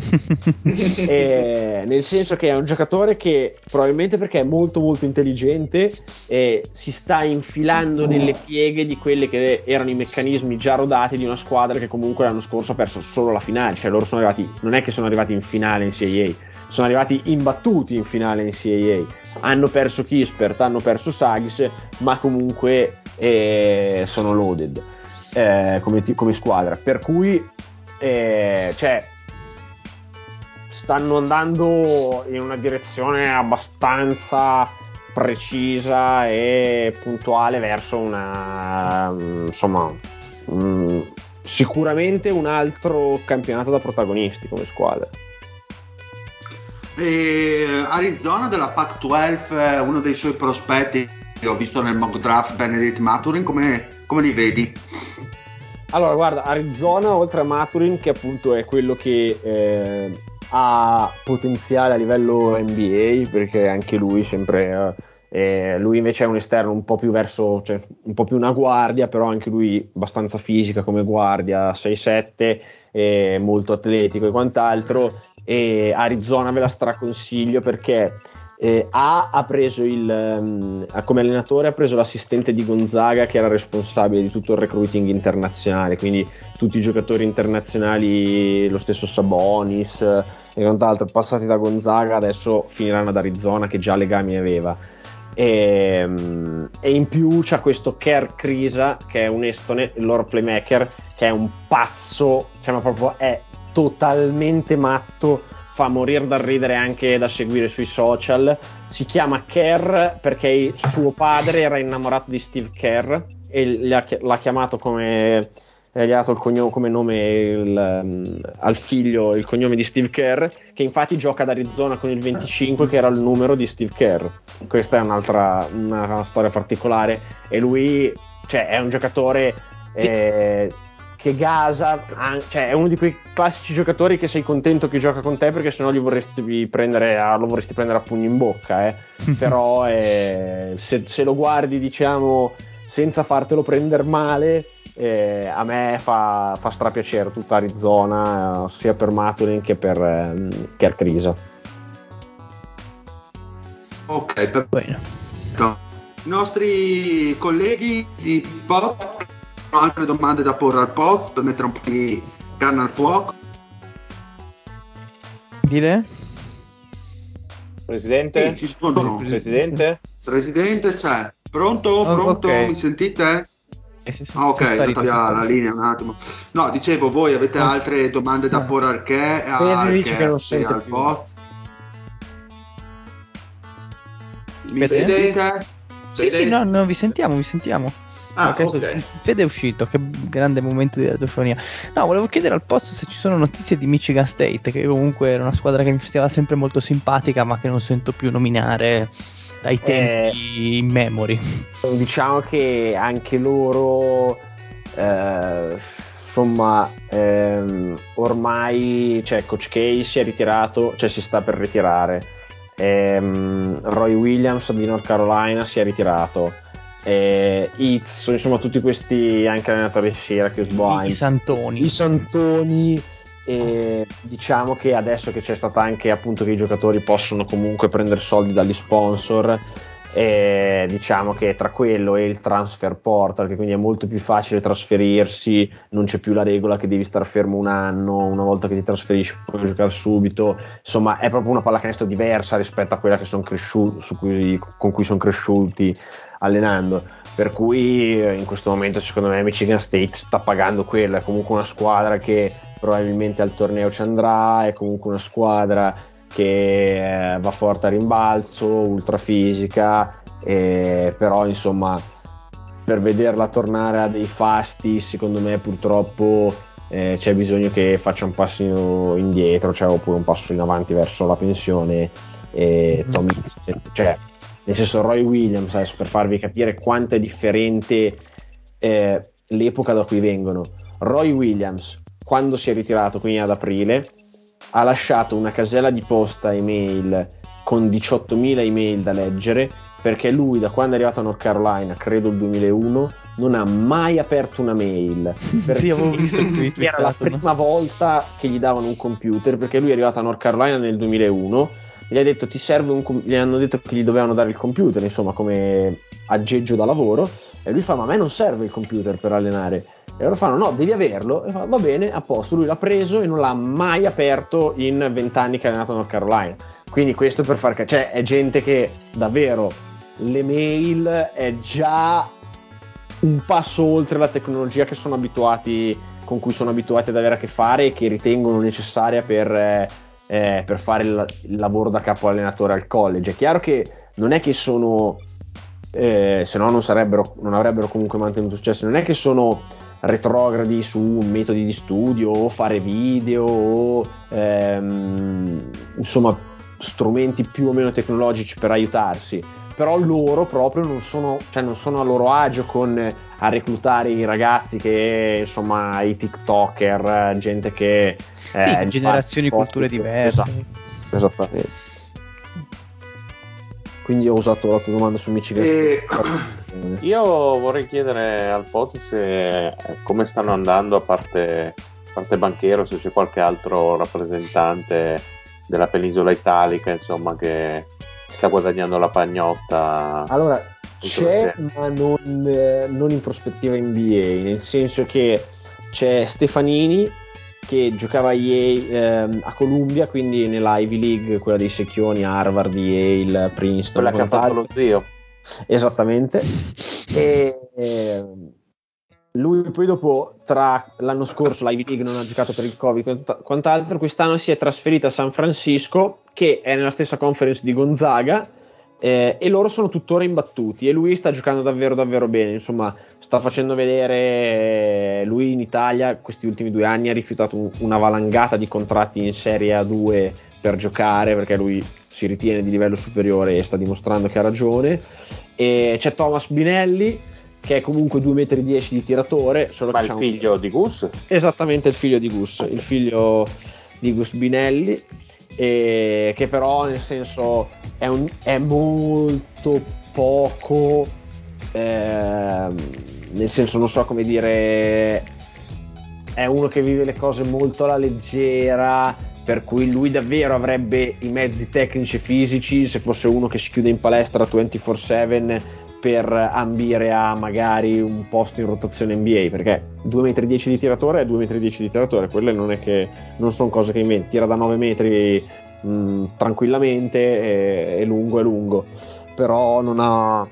Nel senso che è un giocatore che, probabilmente perché è molto molto intelligente, si sta infilando nelle pieghe di quelli che erano i meccanismi già rodati di una squadra che comunque l'anno scorso ha perso solo la finale. Cioè loro sono arrivati, non è che sono arrivati in finale in CAA, sono arrivati imbattuti in finale in CAA. Hanno perso Kispert, hanno perso Suggs, ma comunque sono loaded come squadra, per cui cioè, stanno andando in una direzione abbastanza precisa e puntuale verso una sicuramente un altro campionato da protagonisti come squadra. Arizona della Pac-12, uno dei suoi prospetti che ho visto nel mock draft, Benedict Mathurin, come li vedi? Allora guarda, Arizona oltre a Mathurin, che appunto è quello che ha potenziale a livello NBA, perché anche lui sempre lui invece è un esterno un po' più verso, cioè un po' più una guardia, però anche lui abbastanza fisica come guardia, 6'7", molto atletico e quant'altro. E Arizona ve la straconsiglio perché ha preso come allenatore, ha preso l'assistente di Gonzaga, che era responsabile di tutto il recruiting internazionale, quindi tutti i giocatori internazionali, lo stesso Sabonis e quant'altro, passati da Gonzaga adesso finiranno ad Arizona, che già legami aveva. E in più c'ha questo Kerr Kriisa, che è un estone, il loro playmaker, che è un pazzo, cioè ma proprio è totalmente matto, fa morire dal ridere anche da seguire sui social. Si chiama Kerr perché suo padre era innamorato di Steve Kerr e l'ha chiamato come gli ha dato il cognome come nome al figlio, il cognome di Steve Kerr, che infatti gioca ad Arizona con il 25, che era il numero di Steve Kerr. Questa è una storia particolare, e lui, cioè, è un giocatore che gasa, cioè è uno di quei classici giocatori che sei contento che gioca con te, perché sennò lo vorresti prendere a pugni in bocca, però se lo guardi, diciamo, senza fartelo prendere male, a me fa strapiacere tutta Arizona, sia per Mathurin che per Kerr Kriisa. Ok, perfetto. I nostri colleghi di podcast hanno altre domande da porre al post per mettere un po' di carne al fuoco. Dire? Presidente? Sì, ci sono. Presidente c'è. Pronto? Okay. Mi sentite? Ok, è andata via la linea un attimo. No, dicevo, voi avete altre domande da porre al post? Mi sentite? Sì, no, vi sentiamo. Okay. Fede è uscito, che grande momento di radiofonia. No, volevo chiedere al post se ci sono notizie di Michigan State, che comunque era una squadra che mi stava sempre molto simpatica, ma che non sento più nominare dai tempi in memory. Diciamo che anche loro ormai, cioè, Coach K si è ritirato, cioè si sta per ritirare. Roy Williams di North Carolina si è ritirato. Itz, insomma, tutti questi, anche allenatori di Syracuse, i Santoni. E diciamo che adesso che c'è stata anche, appunto, che i giocatori possono comunque prendere soldi dagli sponsor, diciamo che tra quello e il transfer portal, che quindi è molto più facile trasferirsi, non c'è più la regola che devi star fermo un anno, una volta che ti trasferisci puoi giocare subito, insomma è proprio una pallacanestro diversa rispetto a quella che sono cresciuti, con cui sono cresciuti allenando, per cui in questo momento secondo me Michigan State sta pagando quello. È comunque una squadra che probabilmente al torneo ci andrà, è comunque una squadra che va forte a rimbalzo, ultra fisica, però insomma per vederla tornare a dei fasti, secondo me purtroppo c'è bisogno che faccia un passo indietro, cioè, oppure un passo in avanti verso la pensione. Tom Hitz, cioè, nel senso, Roy Williams, per farvi capire quanto è differente l'epoca da cui vengono. Roy Williams, quando si è ritirato, quindi ad aprile, ha lasciato una casella di posta email con 18.000 email da leggere, perché lui da quando è arrivato a North Carolina, credo il 2001, non ha mai aperto una mail. Sì, avevo visto il tweet. Era la prima volta che gli davano un computer, perché lui è arrivato a North Carolina nel 2001 e gli ha detto gli hanno detto che gli dovevano dare il computer, insomma, come aggeggio da lavoro, e lui fa: ma a me non serve il computer per allenare. E loro fanno: no, devi averlo. E fa: va bene, a posto. Lui l'ha preso e non l'ha mai aperto in 20 anni che è allenato a North Carolina. Quindi questo per cioè è gente che davvero le mail è già un passo oltre la tecnologia con cui sono abituati ad avere a che fare e che ritengono necessaria per fare il lavoro da capo allenatore al college. È chiaro che non è che sono se no non avrebbero comunque mantenuto successo, non è che sono retrogradi su metodi di studio o fare video o insomma strumenti più o meno tecnologici per aiutarsi, però loro proprio non sono a loro agio a reclutare i ragazzi che, insomma, i TikToker, gente che sì, generazioni, culture diverse. Esattamente. Quindi ho usato la tua domanda su Michigan. Io vorrei chiedere al Pozzi se come stanno andando, a parte Banchero, se c'è qualche altro rappresentante della penisola italica, insomma, che sta guadagnando la pagnotta. Allora c'è, ma non in prospettiva NBA, nel senso che c'è Stefanini che giocava a Columbia, quindi nella Ivy League, quella dei secchioni, Harvard, Yale, Princeton, quella che ha fatto lo zio. Esattamente. E lui poi dopo, tra l'anno scorso la Ivy League non ha giocato per il Covid, quant'altro, quest'anno si è trasferito a San Francisco, che è nella stessa conference di Gonzaga, e loro sono tuttora imbattuti e lui sta giocando davvero davvero bene. Insomma, sta facendo vedere, lui in Italia questi ultimi 2 anni ha rifiutato una valangata di contratti in Serie A2 per giocare, perché lui si ritiene di livello superiore e sta dimostrando che ha ragione. E c'è Thomas Binelli, che è comunque 2,10 metri di tiratore, solo ma che il figlio di Gus? Esattamente, il figlio di Gus, il figlio di Gus Binelli, che però, nel senso, è molto poco, nel senso, non so come dire, è uno che vive le cose molto alla leggera, per cui lui davvero avrebbe i mezzi tecnici e fisici se fosse uno che si chiude in palestra 24/7 per ambire a magari un posto in rotazione NBA, perché 2,10 metri di tiratore è 2,10 metri di tiratore, quelle non sono cose che inventi, tira da 9 metri tranquillamente, è lungo, però non ha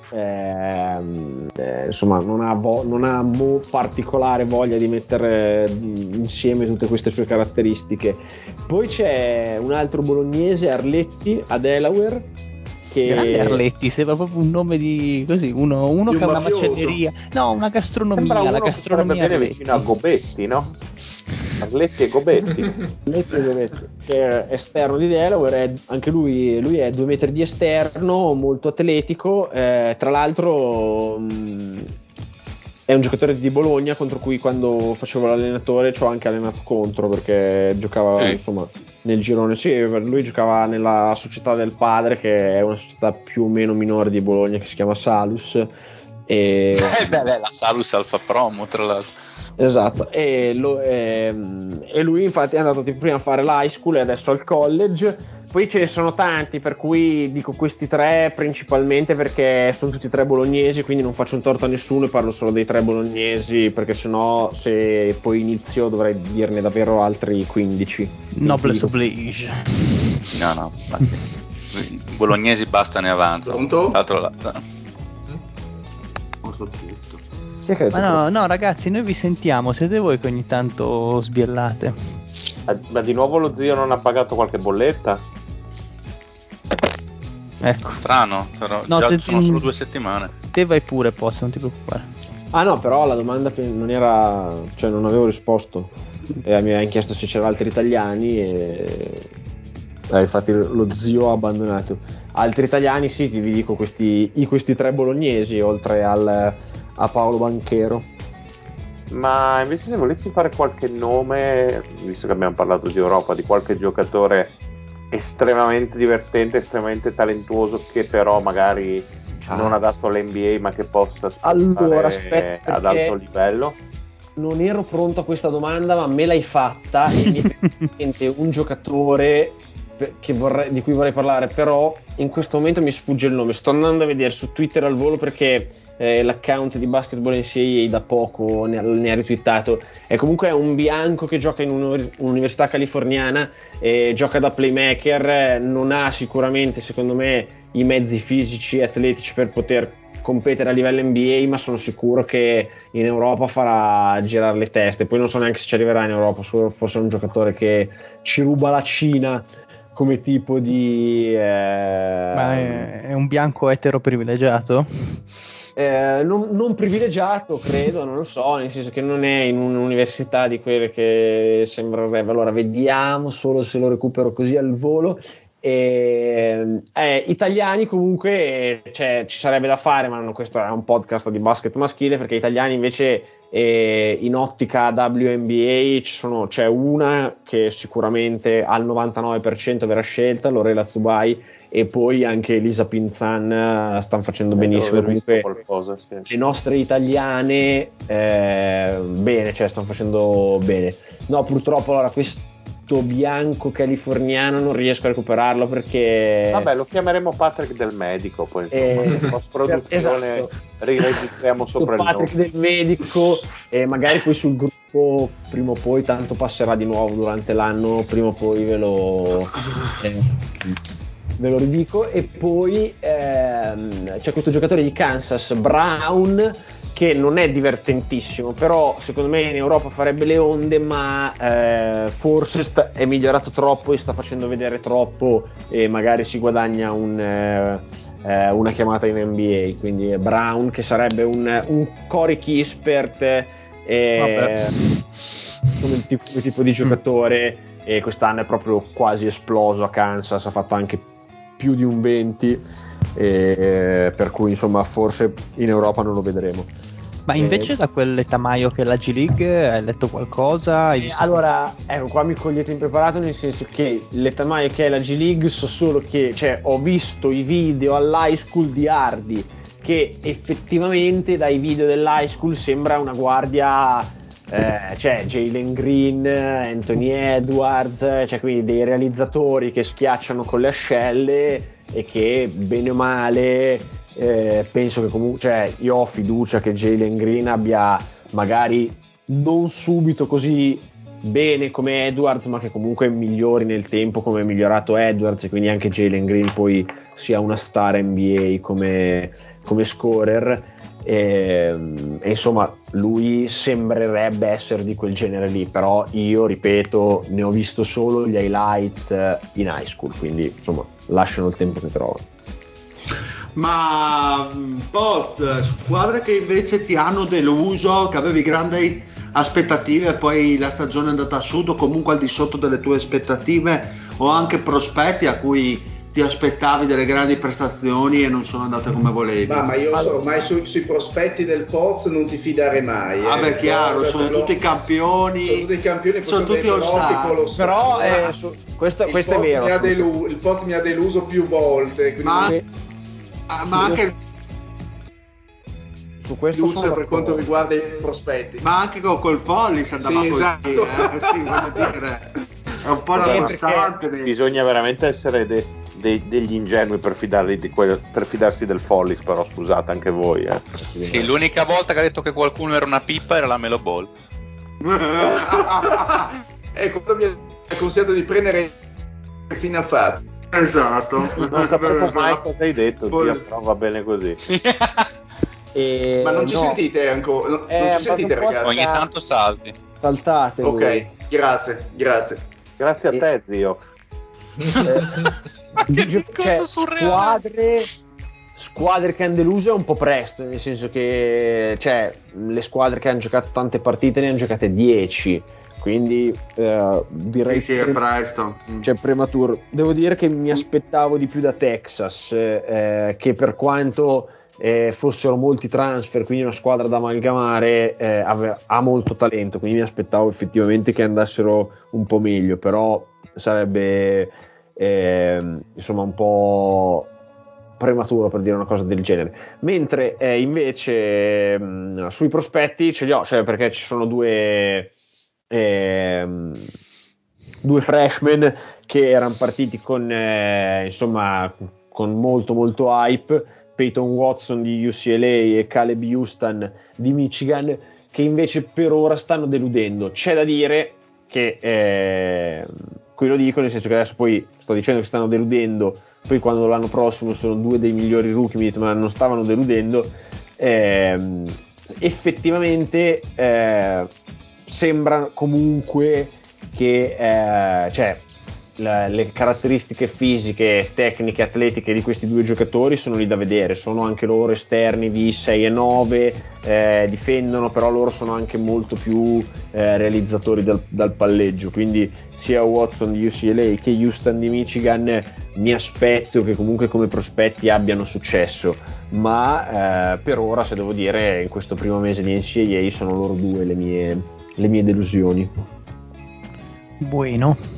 insomma non ha particolare voglia di mettere insieme tutte queste sue caratteristiche. Poi c'è un altro bolognese, Arletti, a Delaware. Grande Arletti, sembra proprio un nome di così, uno che ha una macelleria, no, una gastronomia, la gastronomia viene vicino a Gobetti, no? Arletti e Gobetti. Che è esterno di Delaware, anche lui è 2 metri di esterno, molto atletico, tra l'altro è un giocatore di Bologna contro cui quando facevo l'allenatore ci ho anche allenato contro, perché giocava insomma nel girone, sì, lui giocava nella società del padre, che è una società più o meno minore di Bologna, che si chiama Salus, e la Salus Alfa Promo, tra l'altro. Esatto, e lui infatti è andato prima a fare l'high school e adesso al college. Poi ce ne sono tanti, per cui dico questi 3 principalmente perché sono tutti 3 bolognesi, quindi non faccio un torto a nessuno e parlo solo dei 3 bolognesi, perché sennò se poi inizio dovrei dirne davvero altri 15. Noblesse oblige. No, bolognesi basta, ne avanza. Pronto? Ma no, ragazzi, noi vi sentiamo, siete voi che ogni tanto sbiellate. Ma di nuovo lo zio non ha pagato qualche bolletta? Ecco. Strano, però no, già sono solo 2 settimane. Te vai pure, posso, non ti preoccupare. Ah no, però la domanda non era, cioè non avevo risposto, e mi ha chiesto se c'erano altri italiani e infatti lo zio ha abbandonato. Altri italiani sì, vi dico questi 3 bolognesi, oltre a Paolo Banchero. Ma invece se volessi fare qualche nome, visto che abbiamo parlato di Europa, di qualche giocatore estremamente divertente, estremamente talentuoso, che però magari non adatto all'NBA ma che possa sportare ad alto livello? Non ero pronto a questa domanda, ma me l'hai fatta e mi è venuto un giocatore di cui vorrei parlare, però in questo momento mi sfugge il nome. Sto andando a vedere su Twitter al volo perché l'account di Basketball NCAA da poco ne ha retweetato. È comunque un bianco che gioca in un'università californiana, gioca da playmaker, non ha sicuramente, secondo me, i mezzi fisici e atletici per poter competere a livello NBA, ma sono sicuro che in Europa farà girare le teste. Poi non so neanche se ci arriverà in Europa, forse è un giocatore che ci ruba la Cina come tipo di... Ma è un bianco etero privilegiato? Non privilegiato, credo, non lo so, nel senso che non è in un'università di quelle che sembrerebbe. Allora vediamo solo se lo recupero così al volo. Italiani comunque, cioè, ci sarebbe da fare, ma questo è un podcast di basket maschile, perché italiani invece in ottica WNBA c'è una che sicuramente al 99% verrà scelta, Lorela Zubai, e poi anche Elisa Pinzan stanno facendo benissimo. Comunque qualcosa, sì. Le nostre italiane bene, cioè stanno facendo bene. No, purtroppo allora questo bianco californiano non riesco a recuperarlo perché vabbè, lo chiameremo Patrick del Medico, poi in post produzione esatto. Riregistriamo sopra Patrick il nome del Medico, e magari poi sul gruppo prima o poi, tanto passerà di nuovo durante l'anno, prima o poi ve lo ridico. E poi c'è questo giocatore di Kansas, Brown, che non è divertentissimo, però secondo me in Europa farebbe le onde, ma forse è migliorato troppo e sta facendo vedere troppo, e magari si guadagna una chiamata in NBA. Quindi è Brown, che sarebbe un Corey Kispert come tipo di giocatore, e quest'anno è proprio quasi esploso a Kansas, ha fatto anche più di un 20, per cui insomma forse in Europa non lo vedremo. Ma invece da quell'etamaio che è la G League hai letto qualcosa? Allora, ecco, qua mi cogliete impreparato, nel senso che l'etamaio che è la G League, so solo che, cioè, ho visto i video all'high school di Hardy, che effettivamente dai video dell'high school sembra una guardia, cioè Jalen Green, Anthony Edwards, cioè quindi dei realizzatori che schiacciano con le ascelle e che bene o male penso che comunque, cioè, io ho fiducia che Jalen Green abbia magari non subito così bene come Edwards, ma che comunque migliori nel tempo come è migliorato Edwards, e quindi anche Jalen Green poi sia una star NBA come scorer, e insomma lui sembrerebbe essere di quel genere lì, però io ripeto, ne ho visto solo gli highlight in high school, quindi insomma lasciano il tempo che trovano. Ma squadre che invece ti hanno deluso, che avevi grandi aspettative e poi la stagione è andata a sud, o comunque al di sotto delle tue aspettative, o anche prospetti a cui ti aspettavi delle grandi prestazioni e non sono andate come volevi? Ma io ormai sui prospetti del Poz non ti fidare mai. Vabbè, chiaro, sono tutti campioni. Sono tutti campioni, sono tutti all-star. Però questo è vero. Il Poz mi ha deluso più volte. Ma anche su questo per quanto riguarda i prospetti, ma anche col Follis andava così, esatto. Sì, voglio dire, è un po' la costante. Bisogna veramente essere degli ingenui per fidarsi del Follis, però scusate anche voi. Sì, l'unica volta che ha detto che qualcuno era una pippa era la Melo Ball. Quando mi ha consigliato di prendere fino a fare. Esatto. Non sapevo mai cosa hai detto, però va bene così. Ma non ci sentite ancora? Non ci sentite, ragazzi? Ogni tanto salti. Saltate. Ok, grazie. Grazie a te, zio. Che discorso surreale. Squadre che hanno deluso è un po' presto, nel senso che, cioè, le squadre che hanno giocato tante partite ne hanno giocate 10. Quindi direi sì, è presto. Cioè prematuro. Devo dire che mi aspettavo di più da Texas, che per quanto fossero molti transfer, quindi una squadra da amalgamare, ha molto talento, quindi mi aspettavo effettivamente che andassero un po' meglio, però sarebbe insomma un po' prematuro per dire una cosa del genere, mentre invece sui prospetti ce li ho, cioè perché ci sono due freshman che erano partiti con insomma con molto molto hype, Peyton Watson di UCLA e Caleb Houston di Michigan, che invece per ora stanno deludendo. C'è da dire che qui lo dico nel senso che adesso poi sto dicendo che stanno deludendo, poi quando l'anno prossimo sono due dei migliori rookie mi dite ma non stavano deludendo. Effettivamente sembra comunque che cioè le caratteristiche fisiche, tecniche, atletiche di questi due giocatori sono lì da vedere, sono anche loro esterni di 6 e 9, difendono, però loro sono anche molto più realizzatori dal palleggio, quindi sia Watson di UCLA che Houston di Michigan mi aspetto che comunque come prospetti abbiano successo, ma per ora, se devo dire, in questo primo mese di NCAA sono loro due le mie delusioni. Bueno.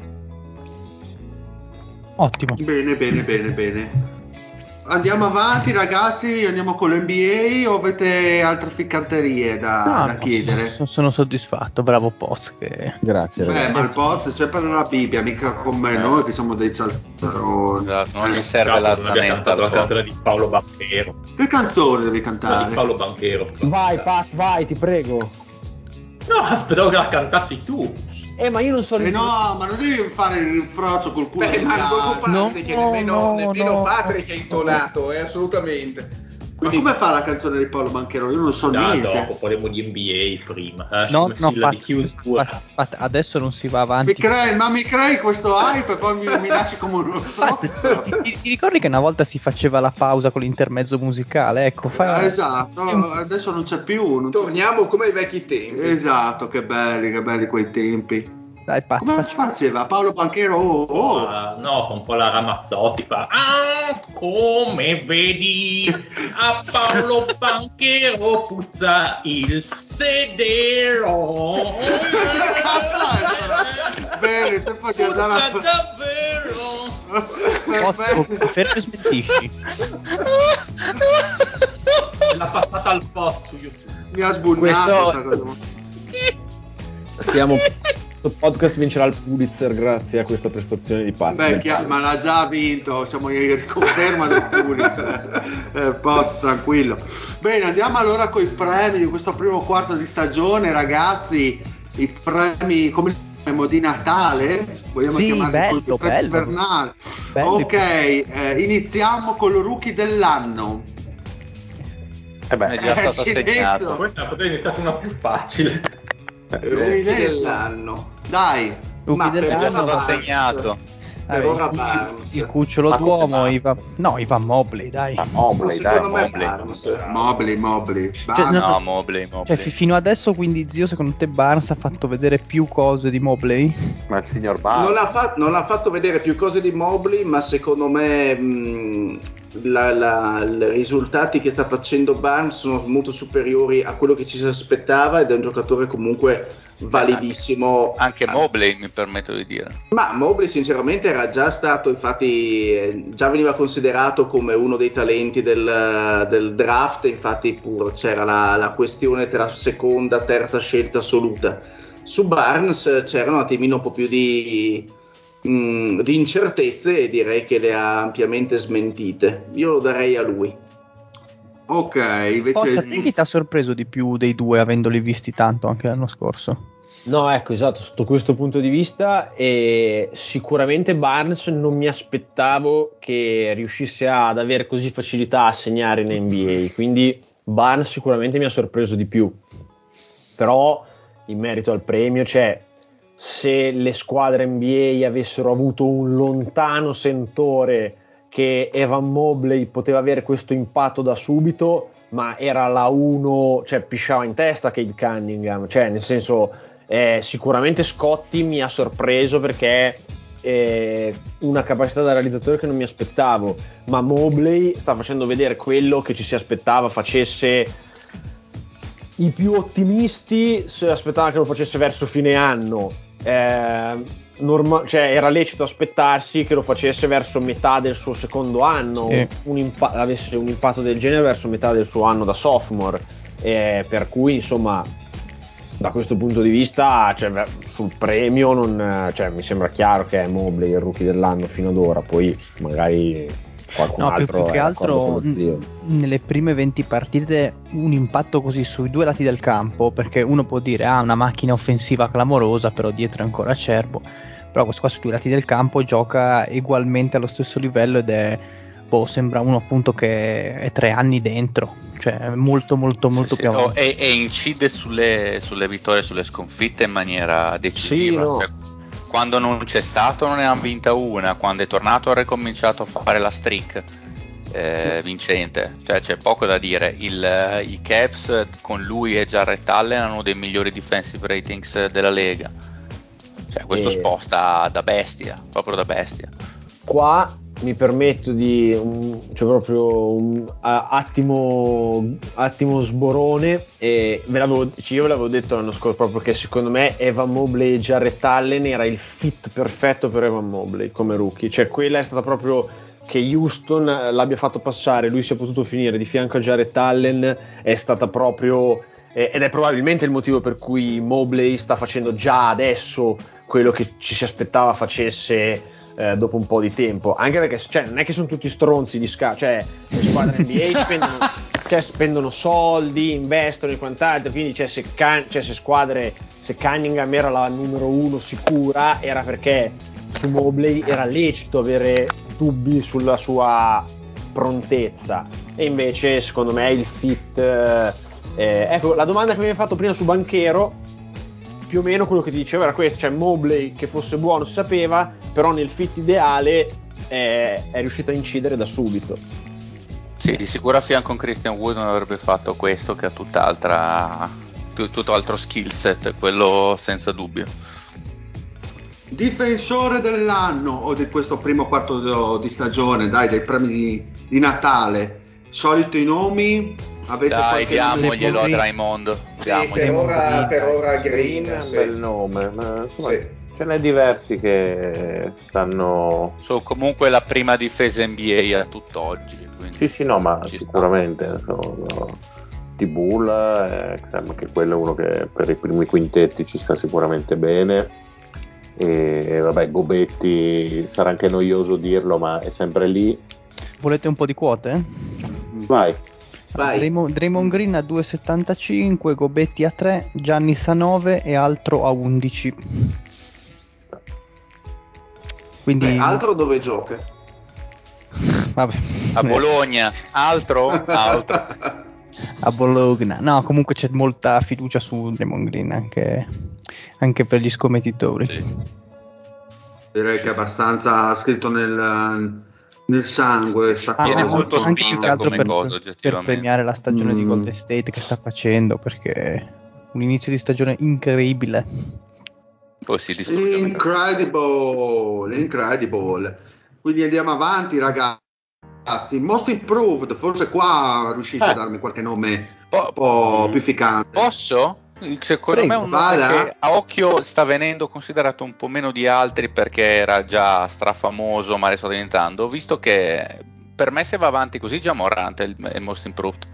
Ottimo. Bene. Andiamo avanti ragazzi, andiamo con l'NBA o avete altre ficcanterie da chiedere? Sono soddisfatto, bravo Poz. Grazie ragazzi. Ma il Poz è sempre nella Bibbia, mica con me, noi che siamo dei cialtroni. Esatto, non gli serve la zanetta. La canzone di Paolo Banchero. Che canzone devi cantare? Di Paolo Banchero. Vai Pat, vai, ti prego. No, aspettavo che la cantassi tu. Ma io non so. No, ma non devi fare il rinfroccio col culo. Ma non preoccupate che nemmeno Patrick è intonato, assolutamente. Quindi, ma come fa la canzone di Paolo Banchero? Io non so niente. Dopo parliamo di NBA prima. Adesso non si va avanti. Mi crei questo hype e poi mi lasci come uno stronzo. Ti ricordi che una volta si faceva la pausa con l'intermezzo musicale? Ecco, esatto, adesso non c'è più. Torniamo come ai vecchi tempi. Esatto, che belli quei tempi. Dai, Pat, come faceva Paolo Banchero? No, fa un po' la Ramazzotti, fa come vedi a Paolo Banchero puzza il sedero. Bene, te puoi andare davvero. Fermo e smentisci. L'ha passata al post su YouTube. Mi ha sbunnato questa cosa. Questo podcast vincerà il Pulitzer grazie a questa prestazione di Pat. Ma l'ha già vinto, siamo in riconferma del Pulitzer. Poz, tranquillo. Bene, andiamo allora con i premi di questo primo quarto di stagione, ragazzi. I premi come di Natale, vogliamo chiamarli così, premi invernali. Ok, iniziamo con il rookie dell'anno. È già stato assegnato. Questa potrebbe iniziare una più facile. Rookie dell'anno. Dai, rookie dell'anno è già stato assegnato. Per ora Barnes. Il cucciolo d'uomo, Ivan Mobley, dai. Mobley. Mobley. Cioè, fino adesso, quindi, zio, secondo te Barnes ha fatto vedere più cose di Mobley? Ma il signor Barnes non ha fatto vedere più cose di Mobley, ma secondo me i risultati che sta facendo Barnes sono molto superiori a quello che ci si aspettava, ed è un giocatore comunque validissimo. Anche Mobley, mi permetto di dire. Ma Mobley sinceramente era già stato, infatti già veniva considerato come uno dei talenti del draft, infatti c'era la questione tra seconda, terza scelta assoluta. Su Barnes c'erano un attimino un po' più di incertezze, e direi che le ha ampiamente smentite. Io lo darei a lui. Ok, invece Forza, te chi ti ha sorpreso di più dei due, avendoli visti tanto anche l'anno scorso? No, ecco, esatto, sotto questo punto di vista, sicuramente Barnes non mi aspettavo che riuscisse ad avere così facilità a segnare in NBA, quindi Barnes sicuramente mi ha sorpreso di più. Però in merito al premio, cioè, se le squadre NBA avessero avuto un lontano sentore che Evan Mobley poteva avere questo impatto da subito, ma era la 1, cioè pisciava in testa Cade Cunningham, cioè nel senso sicuramente Scottie mi ha sorpreso perché una capacità da realizzatore che non mi aspettavo, ma Mobley sta facendo vedere quello che ci si aspettava facesse. I più ottimisti si aspettavano che lo facesse verso fine anno, cioè era lecito aspettarsi che lo facesse verso metà del suo secondo anno, sì. Avesse un impatto del genere verso metà del suo anno da sophomore, per cui insomma da questo punto di vista, cioè, sul premio mi sembra chiaro che è Mobley il rookie dell'anno fino ad ora, poi magari qualcun altro più che altro nelle prime 20 partite un impatto così sui due lati del campo, perché uno può dire una macchina offensiva clamorosa, però dietro è ancora acerbo, però questo qua sui due lati del campo gioca ugualmente allo stesso livello ed è sembra uno appunto che è 3 anni dentro, cioè molto più avanti. E incide sulle vittorie, sulle sconfitte in maniera decisiva. Sì, no. Cioè, quando non c'è stato non ne hanno vinta una, quando è tornato ha ricominciato a fare la streak vincente, cioè c'è poco da dire. I Cavs con lui e Jarrett Allen hanno dei migliori defensive ratings della Lega, cioè questo sposta da bestia, proprio da bestia. Qua mi permetto di proprio un attimo sborone, e io ve l'avevo detto l'anno scorso proprio che secondo me Evan Mobley e Jarrett Allen era il fit perfetto per Evan Mobley come rookie, cioè quella è stata proprio che Houston l'abbia fatto passare, lui si è potuto finire di fianco a Jarrett Allen, è stata proprio ed è probabilmente il motivo per cui Mobley sta facendo già adesso quello che ci si aspettava facesse dopo un po' di tempo, anche perché non è che sono tutti stronzi di cioè le squadre NBA spendono soldi, investono e quant'altro, quindi se Cunningham era la numero 1 sicura era perché su Mobley era lecito avere dubbi sulla sua prontezza, e invece secondo me il fit ecco, la domanda che mi hai fatto prima su Banchero, più o meno quello che ti dicevo era questo, cioè Mobley che fosse buono si sapeva, però nel fit ideale è riuscito a incidere da subito. Sì, di sicuro a fianco con Christian Wood non avrebbe fatto questo, che ha tutto altro skill set, quello senza dubbio. Difensore dell'anno o di questo primo quarto di stagione, dai, dei premi di Natale, solito i nomi? Dai, diamoglielo a Draymond. Sì, per ora Green, sì. Bel nome, ma insomma, sì. Ce n'è diversi che stanno. Sono comunque la prima difesa NBA a tutt'oggi. Sì, no, ma sicuramente T-Bull, che quello è uno che per i primi quintetti ci sta sicuramente bene. E vabbè, Gobetti sarà anche noioso dirlo, ma è sempre lì. Volete un po' di quote? Vai. Draymond Green a 2,75, Gobetti a 3, Giannis a 9 e altro a 11. Quindi altro dove gioca? Vabbè. A Bologna. Altro? A Bologna. No, comunque c'è molta fiducia su Draymond Green anche per gli scommettitori. Sì. Direi che è abbastanza scritto nel sangue sta cosa. Viene molto spinta come cosa, per premiare la stagione di Golden State che sta facendo, perché un inizio di stagione incredibile. Poi si distrugge. Incredible. Quindi andiamo avanti, ragazzi. Most Improved, forse qua riuscite a darmi qualche nome un po' più ficcante. Posso? Secondo me è un nome che a occhio sta venendo considerato un po' meno di altri perché era già strafamoso, ma adesso sta diventando, visto che per me se va avanti così già Morant è il Most Improved.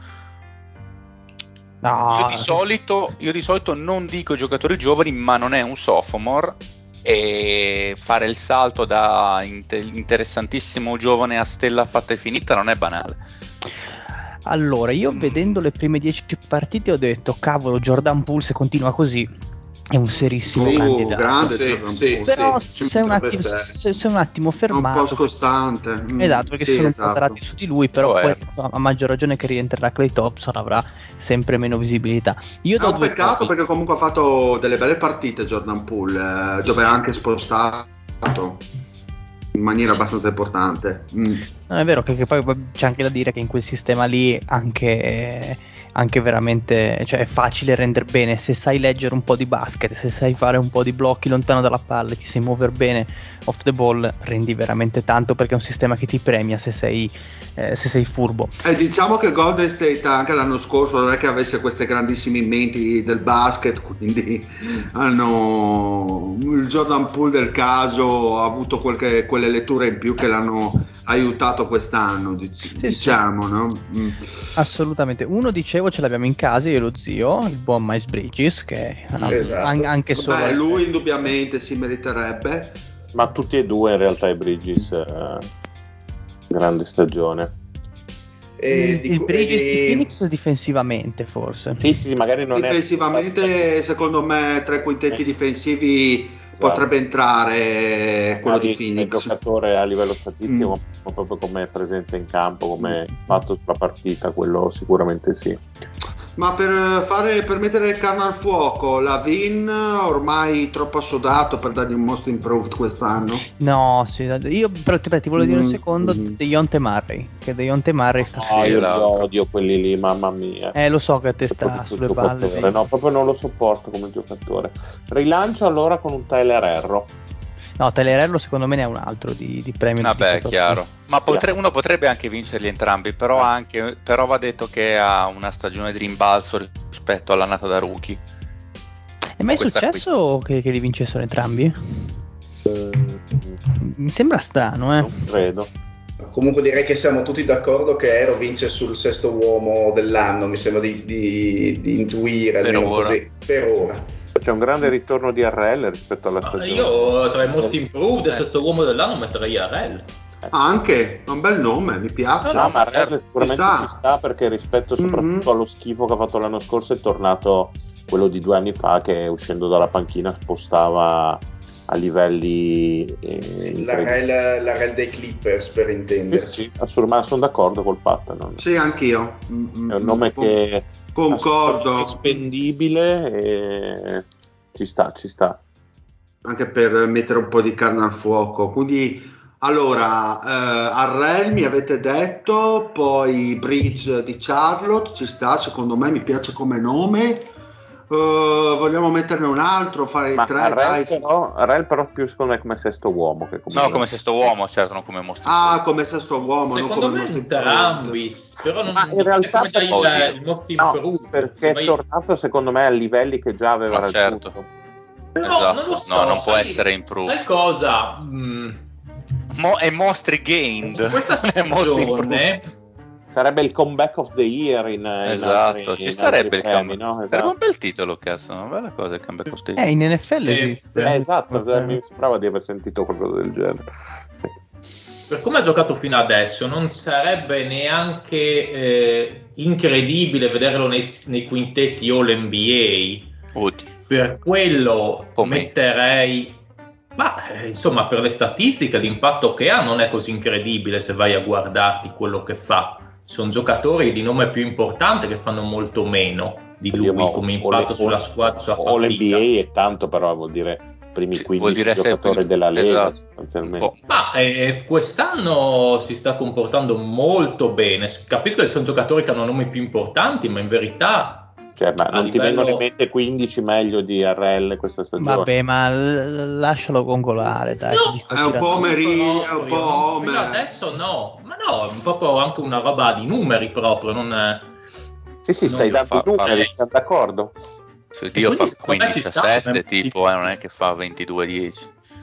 No. Io di solito non dico giocatori giovani, ma non è un sophomore, e fare il salto da interessantissimo giovane a stella fatta e finita non è banale. Allora, io vedendo le prime 10 partite ho detto, cavolo, Jordan Poole se continua così è un serissimo candidato. Grande, però se un attimo fermato, un po' scostante. Esatto, perché sono un po' tarati su di lui, però poi a maggior ragione che rientrerà Klay Thompson avrà sempre meno visibilità. È un peccato perché comunque ha fatto delle belle partite Jordan Poole, dove ha anche spostato in maniera abbastanza importante. Non è vero che poi c'è anche da dire che in quel sistema lì anche anche veramente, cioè è facile rendere bene se sai leggere un po' di basket, se sai fare un po' di blocchi lontano dalla palla, ti sai muovere bene off the ball, rendi veramente tanto, perché è un sistema che ti premia se sei furbo. Diciamo che Golden State anche l'anno scorso non è che avesse queste grandissime menti del basket, quindi hanno il Jordan Poole del caso, ha avuto quelle letture in più che l'hanno aiutato quest'anno, diciamo, sì. No? Assolutamente. Uno, dicevo, ce l'abbiamo in casa, io e lo zio, il buon Miles Bridges, che esatto. Anche solo lui indubbiamente si meriterebbe, ma tutti e due in realtà i Bridges grande stagione. Il Bridges di Phoenix difensivamente forse sì, magari non difensivamente è... secondo me tra i quintetti difensivi potrebbe entrare quello di Phoenix. Il giocatore a livello statistico, proprio come presenza in campo, come fatto sulla partita, quello sicuramente sì. Ma per mettere carne al fuoco, Lavin ormai troppo assodato per dargli un most improved quest'anno? No, sì, io però ti volevo dire un secondo, Dejounte Murray, che Dejounte Murray sta io odio quelli lì, mamma mia. Lo so che a te sta sulle balle. No, proprio non lo sopporto come giocatore. Rilancio allora con un Tyler Herro. No, Tagliarello secondo me ne è un altro di premio. Vabbè, chiaro. Ma uno potrebbe anche vincerli entrambi, però va detto che ha una stagione di rimbalzo rispetto all'annata da rookie. È mai successo che li vincessero entrambi? Mi sembra strano, Non credo. Comunque direi che siamo tutti d'accordo che Ero vince sul sesto uomo dell'anno, mi sembra di intuire, almeno così, per ora. C'è un grande ritorno di RL rispetto alla stagione. Io tra i most improved del sesto uomo dell'anno metterei RL. Anche, è un bel nome, mi piace. No, ma RL sicuramente ci sta perché rispetto soprattutto allo schifo che ha fatto l'anno scorso è tornato quello di 2 anni fa, che uscendo dalla panchina spostava a livelli la RL dei Clippers, per intenderci. Sì, assolutamente, ma sono d'accordo col fatto, no? Sì, anch'io. È un nome che concordo, è spendibile e ci sta anche per mettere un po' di carne al fuoco. Quindi allora Arrel mi avete detto, poi Bridge di Charlotte ci sta, secondo me, mi piace come nome. Vogliamo metterne un altro, fare i tre? Arrel però più secondo me come sesto uomo che come come sesto uomo, certo, non come most come sesto uomo, secondo non me come entrambi, però non in realtà il most improved, perché è tornato secondo me a livelli che già aveva raggiunto. Certo. Però non lo so, non può essere improved. Sai cosa? È most regained. Questa stagione sarebbe il comeback of the year esatto, ci starebbe il comeback, no? Esatto. Sarebbe un bel titolo, cazzo, una bella cosa il comeback of the year. In NFL esiste. Esatto, mi sembrava di aver sentito qualcosa del genere. Per come ha giocato fino adesso non sarebbe neanche incredibile vederlo nei quintetti All NBA. Per quello metterei, ma insomma, per le statistiche l'impatto che ha non è così incredibile se vai a guardarti quello che fa. Sono giocatori di nome più importante che fanno molto meno di lui come impatto sulla squadra, sulla partita. All NBA è tanto, però vuol dire primi 15 giocatori della Lega, sostanzialmente. Ma quest'anno si sta comportando molto bene. Capisco che sono giocatori che hanno nomi più importanti, ma in verità ma non ti vengono in mente 15 meglio di RL questa stagione? Vabbè, ma lascialo gongolare, dai. No, è un po' Omeri, è un po' Homer. Adesso no, ma no, è proprio anche una roba di numeri proprio. Sì, stai dando numeri, siamo d'accordo. Se Dio fa 15-7 tipo, non è che fa 22-10.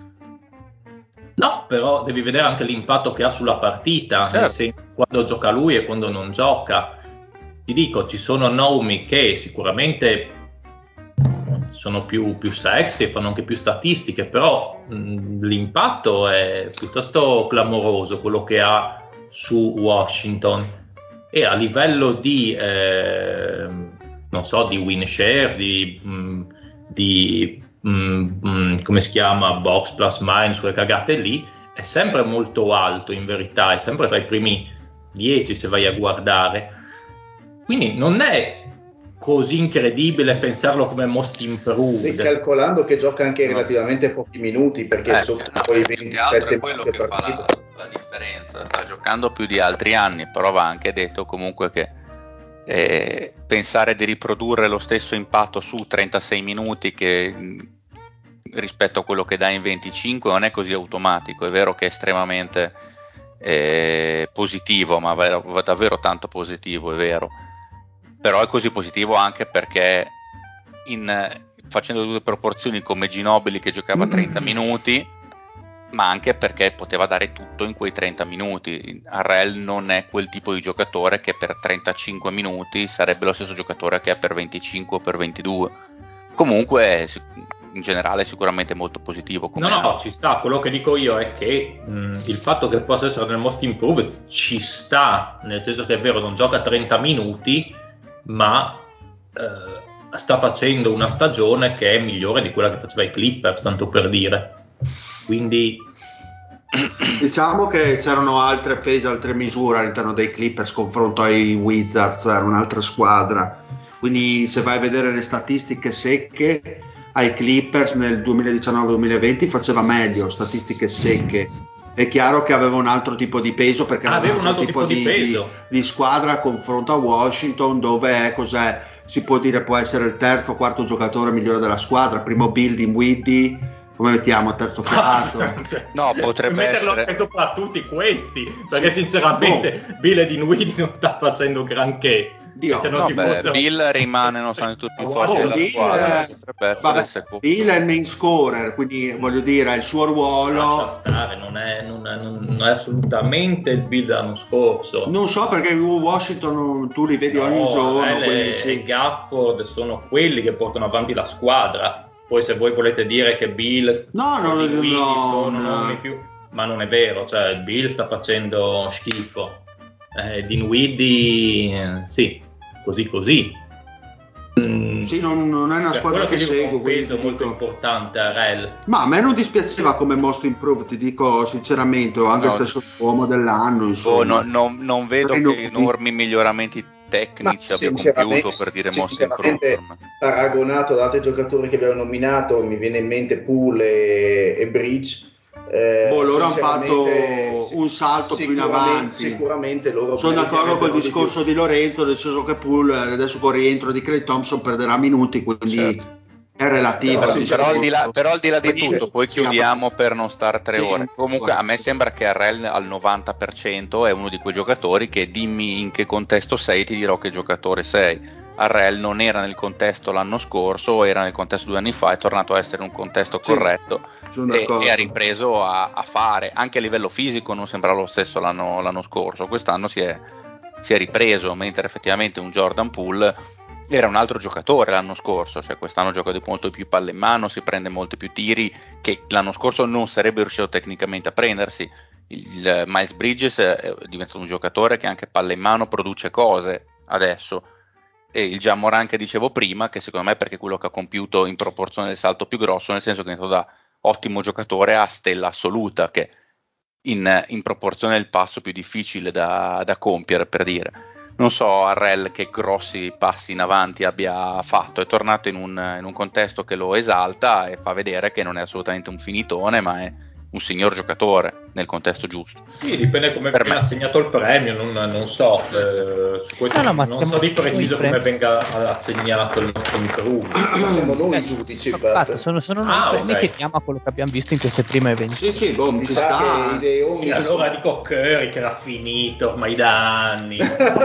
No, però devi vedere anche l'impatto che ha sulla partita, certo. Nel senso, quando gioca lui e quando non gioca. Ti dico, ci sono nomi che sicuramente sono più sexy e fanno anche più statistiche, però l'impatto è piuttosto clamoroso quello che ha su Washington, e a livello di non so, di win share, di come si chiama, box plus minus, quelle cagate lì, è sempre molto alto in verità, è sempre tra i primi 10 se vai a guardare. Quindi non è così incredibile pensarlo come most improved. Sì, calcolando che gioca anche relativamente pochi minuti, perché sotto poi 27 è quello che partite. Fa la differenza, sta giocando più di altri anni, però va anche detto comunque che pensare di riprodurre lo stesso impatto su 36 minuti rispetto a quello che dà in 25 non è così automatico. È vero che è estremamente positivo, ma davvero tanto positivo, è vero, però è così positivo anche perché facendo due proporzioni come Ginobili che giocava 30 minuti, ma anche perché poteva dare tutto in quei 30 minuti. Harrell non è quel tipo di giocatore che per 35 minuti sarebbe lo stesso giocatore che è per 25 o per 22. Comunque in generale è sicuramente molto positivo. No, ci sta. Quello che dico io è che il fatto che possa essere nel most improved ci sta, nel senso che è vero, non gioca 30 minuti, ma sta facendo una stagione che è migliore di quella che faceva i Clippers, tanto per dire. Quindi diciamo che c'erano altre pesi, altre misure all'interno dei Clippers confronto ai Wizards, era un'altra squadra. Quindi se vai a vedere le statistiche secche, ai Clippers nel 2019-2020 faceva meglio, statistiche secche. È chiaro che aveva un altro tipo di peso, perché aveva un altro tipo di squadra a confronto a Washington, dove si può dire può essere il terzo o quarto giocatore migliore della squadra, primo Bill Dinwiddie, come mettiamo terzo quarto? No, potrebbe essere sopra tutti questi, perché sinceramente Bill e Dinwiddie non sta facendo granché. Bill rimane nonostante tutti i forti della squadra, potrebbe essere Bill è il main scorer, quindi voglio dire il suo ruolo. Lascia stare, non è assolutamente il Bill dell'anno scorso. Non so, perché Washington tu li vedi ogni giorno. E Gafford sono quelli che portano avanti la squadra. Poi se voi volete dire che Bill sono nomi più, ma non è vero, cioè Bill sta facendo schifo. Dinwiddie sì, così. Sì, non è una squadra che seguo. Un peso molto importante a Harrell. Ma a me non dispiaceva come most improved, ti dico sinceramente, o anche stesso uomo dell'anno. Insomma. Non vedo che enormi miglioramenti tecnici abbia compiuto per dire most improved. Paragonato ad altri giocatori che abbiamo nominato, mi viene in mente Poole e Bridge. Loro hanno fatto un salto più in avanti. Sicuramente loro sono d'accordo col discorso di Lorenzo, nel senso che Poole adesso con il rientro di Klay Thompson perderà minuti, quindi è relativo. Però al di là di tutto, poi chiudiamo per non stare 3 ore. Comunque a me sembra che Harrell al 90% è uno di quei giocatori che dimmi in che contesto sei, ti dirò che giocatore sei. Harrell non era nel contesto l'anno scorso, era nel contesto 2 anni fa, è tornato a essere un contesto corretto e ha ripreso a fare, anche a livello fisico non sembrava lo stesso l'anno scorso, quest'anno si è ripreso, mentre effettivamente un Jordan Poole era un altro giocatore l'anno scorso, cioè quest'anno gioca di molto più palle in mano, si prende molti più tiri che l'anno scorso non sarebbe riuscito tecnicamente a prendersi. Il Miles Bridges è diventato un giocatore che anche palle in mano produce cose adesso. E il Ja Morant che dicevo prima, che secondo me è perché quello che ha compiuto in proporzione del salto più grosso, nel senso che è andato da ottimo giocatore a stella assoluta, che in proporzione è il passo più difficile da compiere, per dire. Non so Harrell che grossi passi in avanti abbia fatto, è tornato in un contesto che lo esalta e fa vedere che non è assolutamente un finitone, ma è un signor giocatore nel contesto giusto. Sì, dipende come viene assegnato il premio, non so su questo, non so di preciso come venga assegnato il nostro improved. Siamo noi i giudici, sono premi che chiama quello che abbiamo visto in queste prime 20. Sì, ci sta. E allora dico Curry che era finito ormai da anni.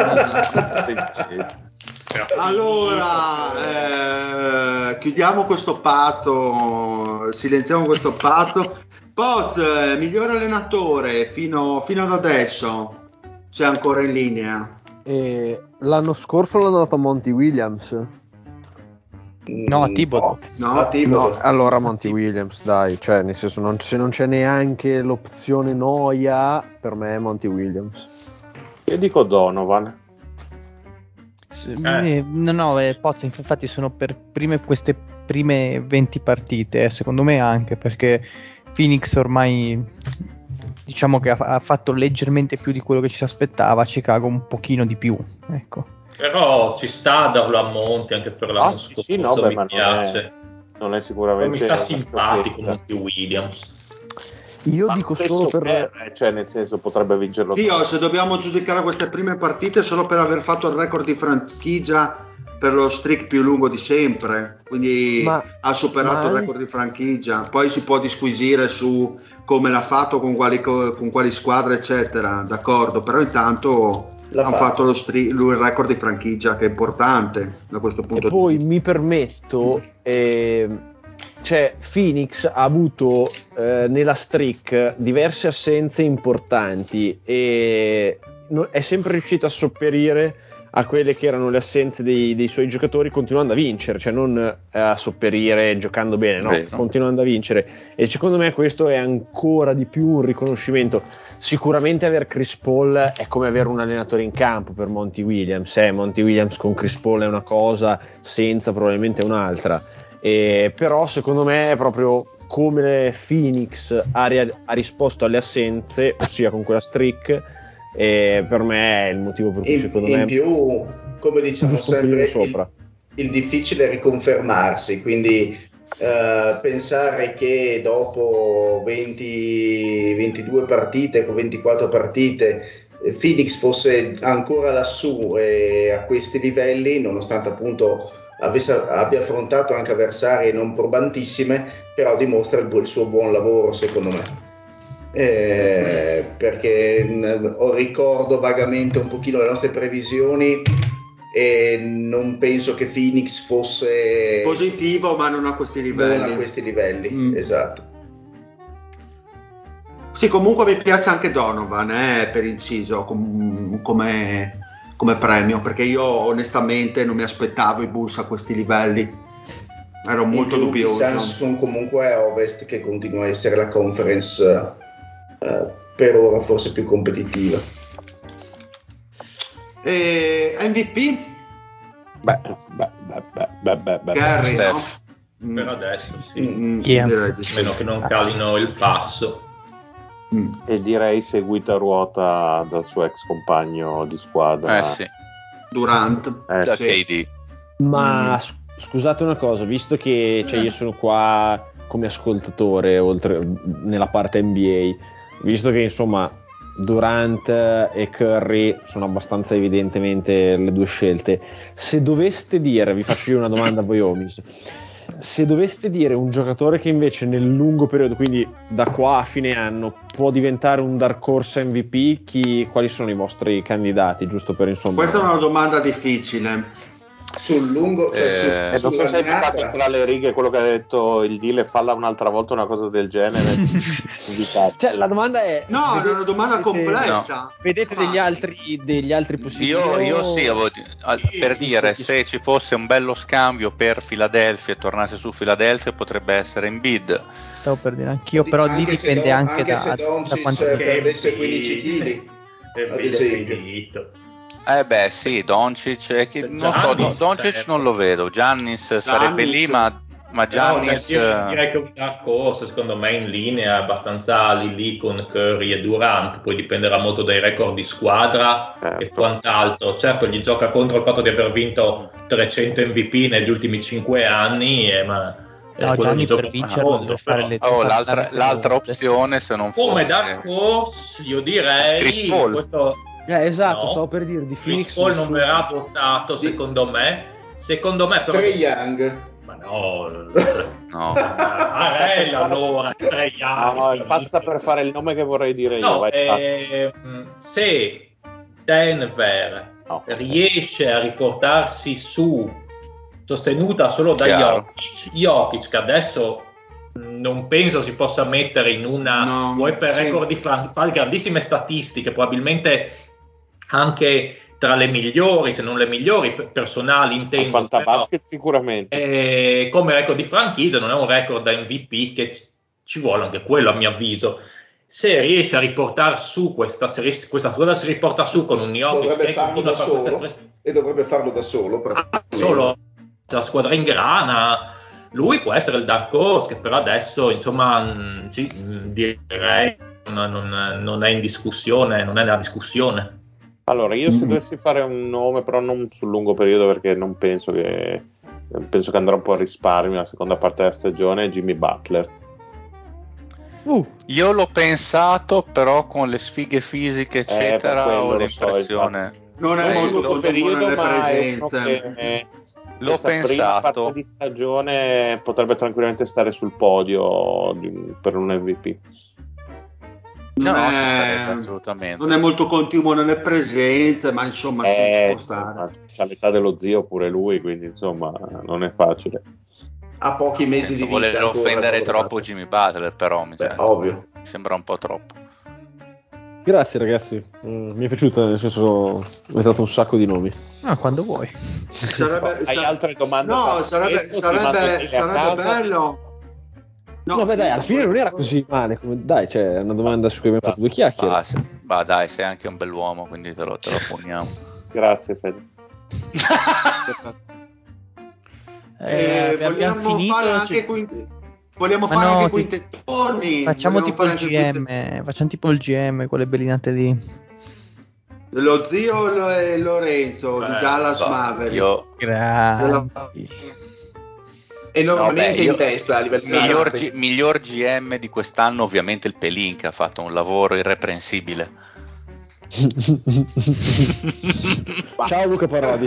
Allora chiudiamo questo pazzo, silenziamo questo pazzo. Poz, miglior allenatore fino ad adesso, c'è ancora in linea? L'anno scorso l'hanno dato a Monty Williams. No, a Thibodeau. No, allora Monty Williams, dai, cioè nel senso se non c'è neanche l'opzione noia, per me è Monty Williams. Io dico Donovan. Poz, infatti sono per queste prime 20 partite, secondo me anche perché Phoenix ormai diciamo che ha fatto leggermente più di quello che ci si aspettava, Chicago un pochino di più, ecco. Però ci sta a darlo a Monty anche per l'anno scorso, mi piace. Non è sicuramente. Poi mi sta simpatico Monty Williams. Io dico solo per cioè nel senso potrebbe vincerlo. Io se dobbiamo giudicare queste prime partite solo per aver fatto il record di franchigia per lo streak più lungo di sempre, quindi ha superato il record di franchigia. Poi si può disquisire su come l'ha fatto, con quali squadre eccetera, d'accordo, però intanto hanno fatto il record di franchigia, che è importante da questo punto di vista. Poi mi permetto, cioè Phoenix ha avuto nella streak diverse assenze importanti e è sempre riuscito a sopperire a quelle che erano le assenze dei suoi giocatori, continuando a vincere, cioè non a sopperire giocando bene, no, continuando a vincere. E secondo me questo è ancora di più un riconoscimento. Sicuramente avere Chris Paul è come avere un allenatore in campo per Monty Williams. Monty Williams con Chris Paul è una cosa, senza probabilmente è un'altra. Però secondo me è proprio come Phoenix ha risposto alle assenze, ossia con quella streak. E per me è il motivo per cui secondo me in più, come diciamo sempre, sopra. Il difficile è riconfermarsi, quindi pensare che dopo 22 partite, 24 partite Phoenix fosse ancora lassù a questi livelli, nonostante appunto abbia affrontato anche avversarie non probantissime, però dimostra il suo buon lavoro secondo me. Perché ricordo vagamente un pochino le nostre previsioni e non penso che Phoenix fosse positivo, ma non a questi livelli. Esatto. Sì, comunque mi piace anche Donovan, per inciso, come premio, perché io onestamente non mi aspettavo i Bulls a questi livelli, ero molto dubbioso. I Suns sono comunque a Ovest, che continua a essere la conference per ora forse più competitiva. E MVP? Curry, no? Per adesso sì. Meno che non calino il passo. E direi seguito a ruota dal suo ex compagno di squadra. Sì. Durant. Da sì. KD. Ma scusate una cosa, visto che io sono qua come ascoltatore oltre nella parte NBA, visto che insomma Durant e Curry sono abbastanza evidentemente le due scelte, se doveste dire, vi faccio io una domanda a voi Omis, se doveste dire un giocatore che invece nel lungo periodo, quindi da qua a fine anno, può diventare un dark horse MVP, quali sono i vostri candidati, giusto per insomma? Questa è una domanda difficile. Sul lungo, cioè non so se hai notato tra le righe quello che ha detto il deal, falla un'altra volta una cosa del genere. Cioè la domanda è è una domanda complessa. No. Vedete degli altri possibili? Io sì, per dire se ci fosse un bello scambio per Philadelphia e tornasse su Philadelphia potrebbe essere Embiid. Stavo per dire anch'io, però lì dipende anche da quanto perdesse 15 kg ad esempio. Sì, Doncic, non so, Doncic non lo vedo, Giannis sarebbe lì, ma Giannis direi che un dark horse secondo me in linea abbastanza lì con Curry e Durant, poi dipenderà molto dai record di squadra e quant'altro. Certo gli gioca contro il fatto di aver vinto 300 MVP negli ultimi 5 anni, ma Gianni per vincerlo deve fare le due l'altra opzione, se non fosse come dark horse, io direi Chris Paul. Questo esatto, stavo per dire di Phoenix. Chris Paul non verrà votato secondo me però Trae Young. ma no. Allora Trae Young no, passa per fare il nome che vorrei dire io. Se Denver riesce a riportarsi su, sostenuta solo da Jokic, che adesso non penso si possa mettere in una vuoi per record di fa grandissime statistiche, probabilmente anche tra le migliori, se non le migliori personali intendo, Fantabasket sicuramente, come record di franchigia non è un record da MVP, che ci vuole anche quello a mio avviso. Se riesce a riportare su questa squadra si riporta su con un Jokic dovrebbe farlo da solo e dovrebbe farlo da solo solo la squadra ingrana, lui può essere il dark horse, che però adesso insomma direi non è in discussione, non è nella discussione. Allora io se dovessi fare un nome, però non sul lungo periodo, perché non penso che andrà un po' a risparmio la seconda parte della stagione, è Jimmy Butler. Io l'ho pensato, però con le sfighe fisiche eccetera ho l'impressione non è molto continuo nelle presenze. L'ho pensato. Parte di stagione potrebbe tranquillamente stare sul podio per un MVP. Assolutamente. Non è molto continuo nelle presenze, ma insomma ci può stare. C'ha l'età dello zio pure lui, quindi insomma non è facile. Ha pochi mesi di vita. Voler offendere troppo Jimmy Butler, però ovvio. Mi sembra un po' troppo. Grazie ragazzi, mi è piaciuto, nel senso mi dato un sacco di nomi. Quando vuoi. Hai altre domande? No, sarebbe bello. No, beh dai, alla fine non era così male. Dai, c'è una domanda su cui abbiamo fatto 2 chiacchiere. Dai, sei anche un bell'uomo, quindi te lo poniamo. Grazie Fede. Abbiamo finito. Vogliamo fare anche quintettoni. Facciamo tipo il GM. Facciamo tipo il GM, quelle bellinate lì. Lo zio e Lorenzo di Dallas Maverick. Grazie. Enormemente in testa a livello miglior GM di quest'anno ovviamente il Pelin, che ha fatto un lavoro irreprensibile. Ciao Luca Parodi.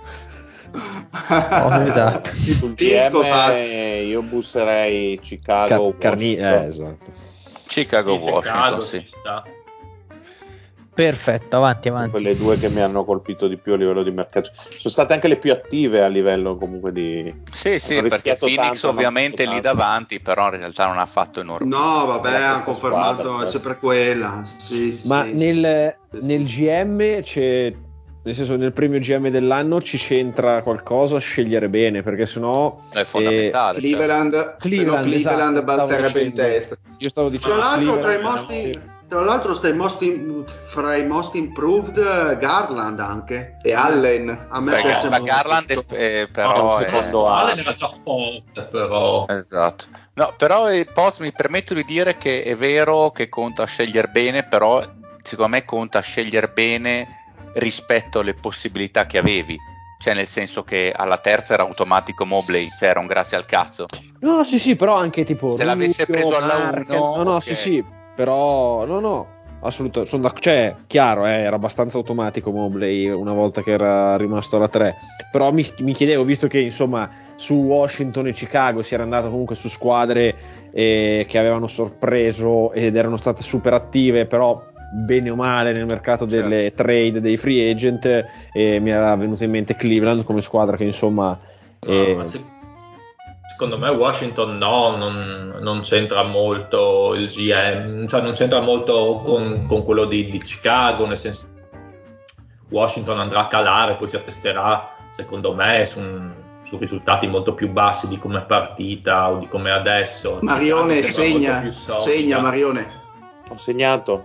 Esatto. Sul GM io busserei Chicago esatto. Chicago Washington sì. Perfetto, avanti. Quelle 2 che mi hanno colpito di più a livello di mercato. Sono state anche le più attive a livello comunque di... Sì, perché Phoenix ovviamente è lì davanti, però in realtà non ha fatto enorme. No, vabbè, hanno confermato, è sempre quella. Ma nel GM c'è... Nel senso, nel premio GM dell'anno ci c'entra qualcosa scegliere bene, perché sennò è fondamentale. Cleveland balzerebbe in testa. Io stavo dicendo tra l'altro fra i most improved Garland anche e Allen. A me piace molto. Garland però Allen era già forte, però. Esatto. No, però il post mi permetto di dire che è vero che conta scegliere bene, però secondo me conta scegliere bene rispetto alle possibilità che avevi, cioè nel senso che alla terza era automatico Mobley, cioè era un grazie al cazzo. No, sì, però anche tipo se l'avesse preso alla 1 no, okay. sì, però no, assolutamente, cioè chiaro, era abbastanza automatico Mobley una volta che era rimasto alla 3, però mi chiedevo, visto che insomma su Washington e Chicago si era andato comunque su squadre che avevano sorpreso ed erano state super attive, però bene o male nel mercato delle trade dei free agent, mi era venuto in mente Cleveland come squadra che insomma secondo me Washington non c'entra molto il GM, cioè non c'entra molto con quello di Chicago, nel senso Washington andrà a calare, poi si attesterà secondo me su risultati molto più bassi di come partita o di come adesso. Marione segna Marione. Ho segnato.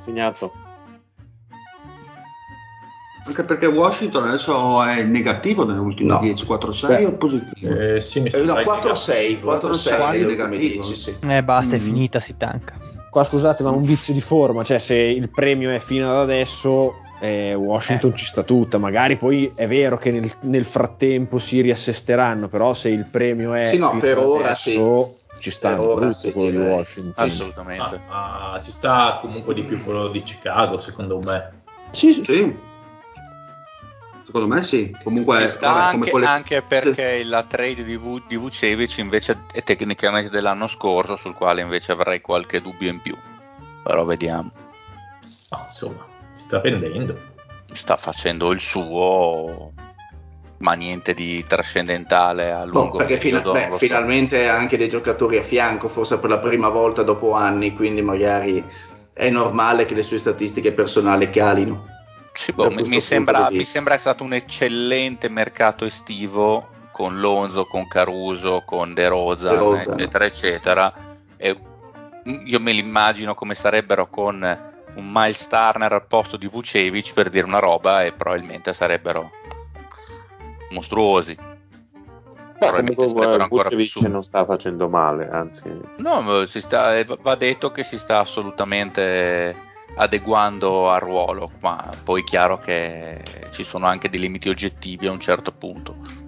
Anche perché Washington adesso è negativo nelle ultime 10, 4-6 o positivo? Sì, 4-6 nelle ultime 10, sì. Basta, è finita, si tanca. Qua scusate, ma un vizio di forma, cioè se il premio è fino ad adesso Washington ci sta tutta, magari poi è vero che nel frattempo si riassesteranno, però se il premio è per ora adesso, ci sta quello di Washington. Assolutamente. Ci sta comunque di più quello di Chicago, secondo me. Sì. Secondo me sì. Comunque sta anche perché la trade di Vucevic invece è tecnicamente dell'anno scorso, sul quale invece avrei qualche dubbio in più. Però vediamo. Insomma, sta vendendo. Sta facendo il suo, ma niente di trascendentale a lungo perché periodo. Finalmente ha anche dei giocatori a fianco, forse per la prima volta dopo anni, quindi magari è normale che le sue statistiche personali calino. Sì, mi sembra stato un eccellente mercato estivo con Lonzo, con Caruso, con De Rozan, eccetera, e io me li immagino come sarebbero con un Miles Turner al posto di Vucevic, per dire una roba, e probabilmente sarebbero mostruosi. Probabilmente sarebbero ancora più su. Non sta facendo male, anzi. No, va detto che si sta assolutamente adeguando al ruolo, ma poi è chiaro che ci sono anche dei limiti oggettivi a un certo punto.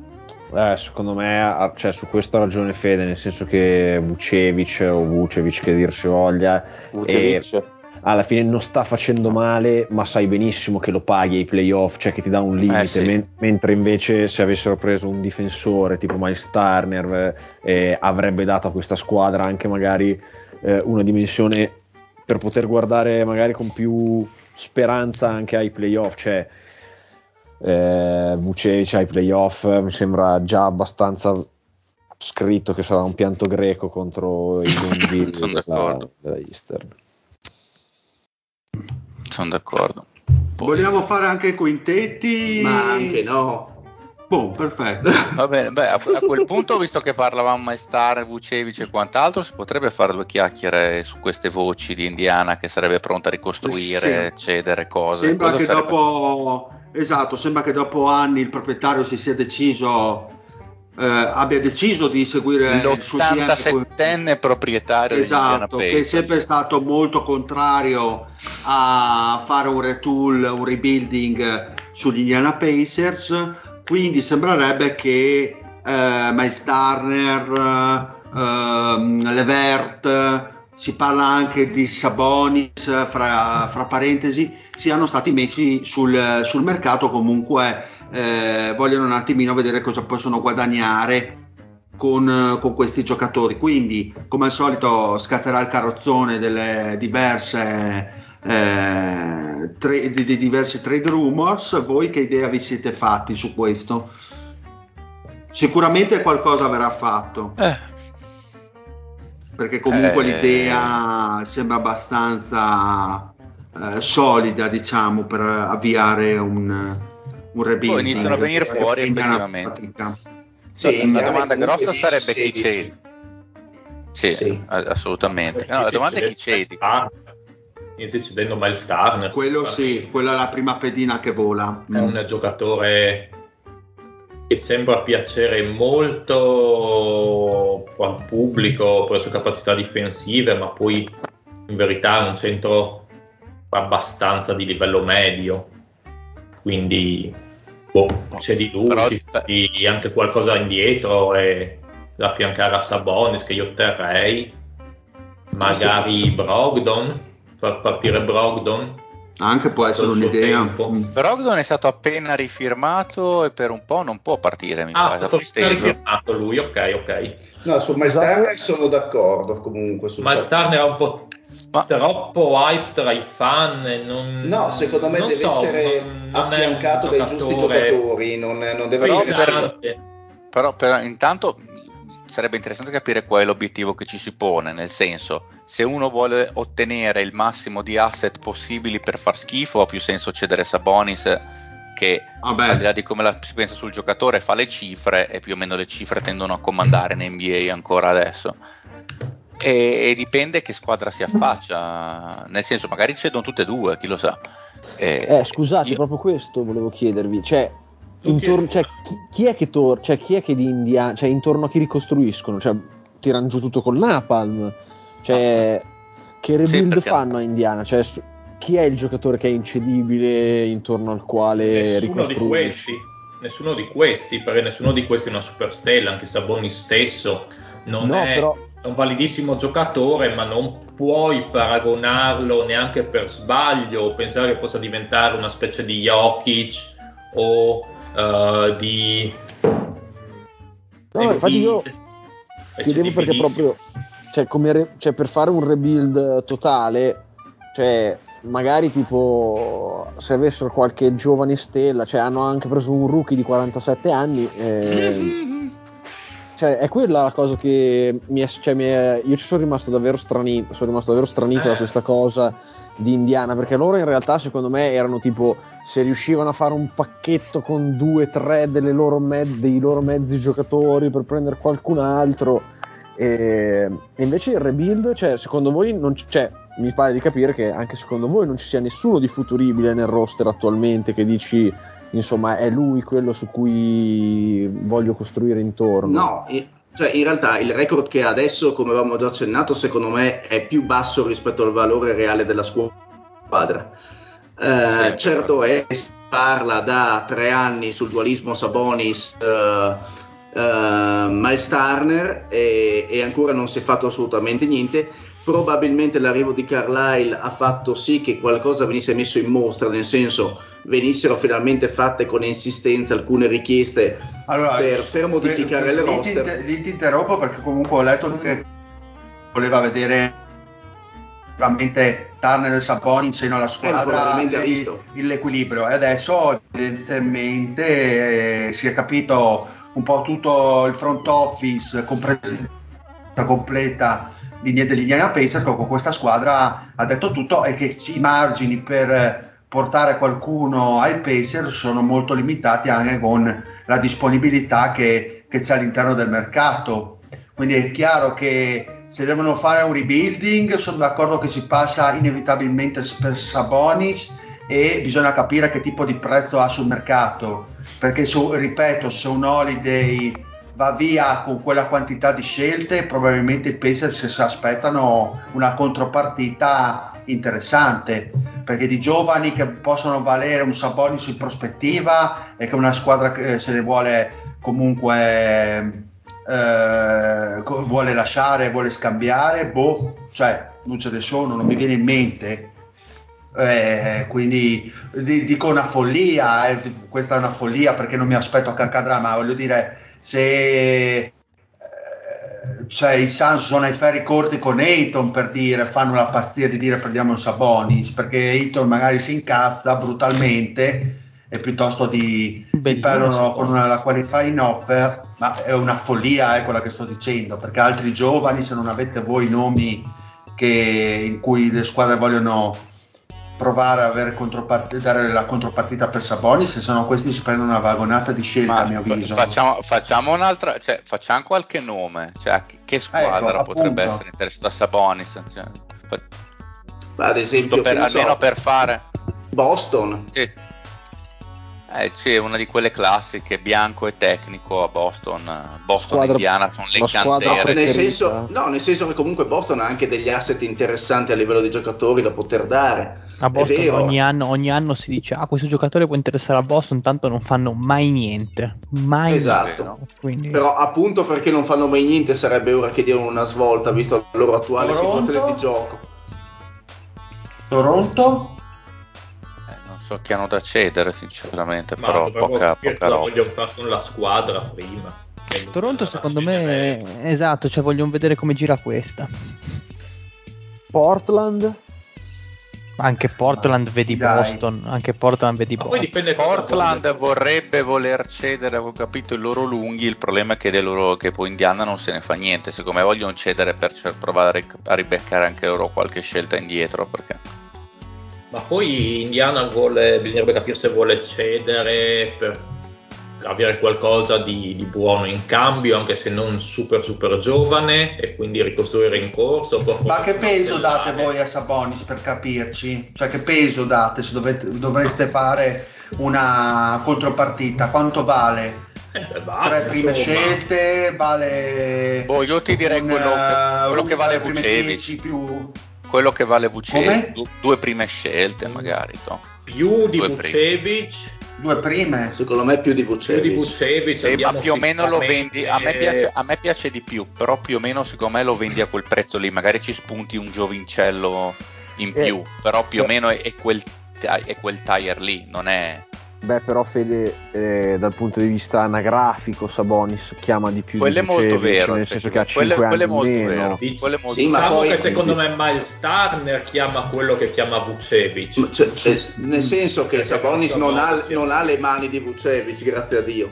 Secondo me, cioè, su questo ha ragione Fede, nel senso che Vucevic che dir si voglia, alla fine non sta facendo male, ma sai benissimo che lo paghi ai playoff, cioè che ti dà un limite, sì. Mentre invece se avessero preso un difensore tipo Miles Turner avrebbe dato a questa squadra anche magari una dimensione per poter guardare magari con più speranza anche ai playoff, cioè Vucevic ai playoff mi sembra già abbastanza scritto che sarà un pianto greco contro i lunghi della Eastern. Sono d'accordo. Vogliamo fare anche i quintetti? Ma anche no. Boh, perfetto. Va bene, beh, a quel punto, visto che parlavamo Maestar, Vucevic e quant'altro, si potrebbe fare due chiacchiere su queste voci di Indiana che sarebbe pronta a ricostruire, cedere cose. Sembra che sembra che dopo anni il proprietario si sia deciso, abbia deciso di seguire l'87enne proprietario di Indiana Pacers. che è sempre stato molto contrario a fare un retool, un rebuilding sugli Indiana Pacers. Quindi sembrerebbe che Miles Turner, Levert, si parla anche di Sabonis, fra parentesi, siano stati messi sul mercato. Comunque vogliono un attimino vedere cosa possono guadagnare con questi giocatori. Quindi, come al solito, scatterà il carrozzone delle diverse diversi trade rumors. Voi che idea vi siete fatti su questo? Sicuramente qualcosa verrà fatto, perché comunque l'idea sembra abbastanza solida, diciamo, per avviare un rebuilding. Poi iniziano a venire fuori effettivamente. La domanda grossa sarebbe chi cedi. Sì. Assolutamente. No, la domanda è chi cedi. Inizia cedendo Miles Turner. Quello sì, quella è la prima pedina che vola. È un giocatore che sembra piacere molto al pubblico per le sue capacità difensive, ma poi in verità è un centro abbastanza di livello medio. Quindi c'è di lui, di anche qualcosa indietro e da affiancare a Sabonis, che io terrei. Magari Brogdon. Far partire Brogdon anche può essere un'idea. Brogdon è stato appena rifirmato e per un po' non può partire, mi pare. È stato appena rifirmato lui, ok. No, su Miles Turner sono d'accordo comunque. Miles Turner è un po' troppo hype tra i fan e no, secondo me deve essere affiancato dai giusti giocatori, non deve essere... Però intanto sarebbe interessante capire qual è l'obiettivo che ci si pone, nel senso, se uno vuole ottenere il massimo di asset possibili per far schifo, ha più senso cedere Sabonis, che al di là di come si pensa sul giocatore fa le cifre, e più o meno le cifre tendono a comandare in NBA ancora adesso, e dipende che squadra si affaccia, nel senso magari cedono tutte e due, chi lo sa. Scusate, proprio questo volevo chiedervi, cioè chi è che chi è che di Indiana, cioè intorno a chi ricostruiscono, cioè tirano giù tutto con Napalm, cioè che rebuild fanno a Indiana, cioè chi è il giocatore che è incedibile intorno al quale ricostruiscono? Nessuno di questi, perché nessuno di questi è una superstella, anche Sabonis stesso è un validissimo giocatore, ma non puoi paragonarlo neanche per sbaglio o pensare che possa diventare una specie di Jokic o di infatti io chiedevo perché proprio per fare un rebuild totale, cioè magari tipo se avessero qualche giovane stella, cioè hanno anche preso un rookie di 47 anni, cioè è quella la cosa che io ci sono rimasto davvero stranito da questa cosa di Indiana, perché loro in realtà secondo me erano tipo, se riuscivano a fare un pacchetto con 2-3 dei loro mezzi giocatori per prendere qualcun altro, e invece il rebuild, cioè secondo voi mi pare di capire che anche secondo voi non ci sia nessuno di futuribile nel roster attualmente che dici insomma è lui quello su cui voglio costruire intorno. No, cioè in realtà il record che ha adesso, come avevamo già accennato, secondo me è più basso rispetto al valore reale della squadra. Certo si parla da 3 anni sul dualismo Sabonis Miles Turner e ancora non si è fatto assolutamente niente. Probabilmente l'arrivo di Carlisle ha fatto sì che qualcosa venisse messo in mostra, nel senso venissero finalmente fatte con insistenza alcune richieste per modificare il roster. Lì ti interrompo perché comunque ho letto che voleva vedere veramente Turner e Sabonis in seno alla squadra, l'equilibrio, e adesso evidentemente si è capito un po' tutto il front office, compresa completa dell'Indiana Pacers, con questa squadra ha detto tutto, e che i margini per portare qualcuno ai Pacers sono molto limitati anche con la disponibilità che c'è all'interno del mercato. Quindi è chiaro che se devono fare un rebuilding, sono d'accordo che si passa inevitabilmente per Sabonis, e bisogna capire che tipo di prezzo ha sul mercato, perché ripeto, se un Holiday va via con quella quantità di scelte, probabilmente i Pacers si aspettano una contropartita interessante, perché di giovani che possono valere un Sabonis in prospettiva, e che una squadra che se ne vuole comunque vuole lasciare, vuole scambiare, cioè non ce ne sono, non mi viene in mente. Quindi dico una follia, questa è una follia perché non mi aspetto che accadrà, ma voglio dire, se cioè i Suns sono ai ferri corti con Ayton, per dire, fanno la pazzia di dire prendiamo un Sabonis, perché Ayton magari si incazza brutalmente e piuttosto di perdono con la qualifying offer, ma è una follia quella che sto dicendo, perché altri giovani, se non avete voi nomi in cui le squadre vogliono provare a dare la contropartita per Sabonis, se no questi si prendono una vagonata di scelta, a mio avviso. Facciamo un'altra, cioè facciamo qualche nome, cioè che squadra potrebbe essere interessata a Sabonis, cioè, ad esempio almeno per fare Boston. C'è una di quelle classiche, bianco e tecnico a Boston, Indiana sono le cantere. Nel senso che comunque Boston ha anche degli asset interessanti a livello di giocatori da poter dare. A Boston ogni anno si dice questo giocatore può interessare a Boston, tanto non fanno mai niente. Esatto. Quindi... Però appunto perché non fanno mai niente sarebbe ora che diano una svolta visto la loro attuale situazione di gioco. Toronto? So che hanno da cedere sinceramente, però poca roba. Vogliono fare con la squadra prima. Toronto secondo me esatto, cioè vogliono vedere come gira questa. Portland? Anche Portland vedi Boston, anche Portland vedi Boston. Portland vorrebbe voler cedere, avevo capito, i loro lunghi, il problema è che poi Indiana non se ne fa niente, secondo me vogliono cedere per provare a ribeccare anche loro qualche scelta indietro, perché ma poi Indiana bisognerebbe capire se vuole cedere per avere qualcosa di buono in cambio, anche se non super giovane, e quindi ricostruire in corso. Ma che peso date voi a Sabonis, per capirci? Cioè che peso date se dovreste fare una contropartita? Quanto vale? 3 prime scelte, vale... io ti direi quello che vale Vucevic più... quello che vale Vucevic, 2 prime scelte magari più di Vucevic. 2 prime? Secondo me più di Vucevic. Ma più o meno lo vendi, a me piace di più, però più o meno secondo me lo vendi a quel prezzo lì, magari ci spunti un giovincello in più, però più o meno è quel tire lì, non è... Beh, però Fede, dal punto di vista anagrafico Sabonis chiama di più quello di Vucevic, è molto vero, nel senso che ha 5 anni molto meno. Vero. Ma poi che secondo me Miles Turner chiama quello che chiama Vucevic, nel senso che Sabonis non ha le mani di Vucevic, grazie a Dio.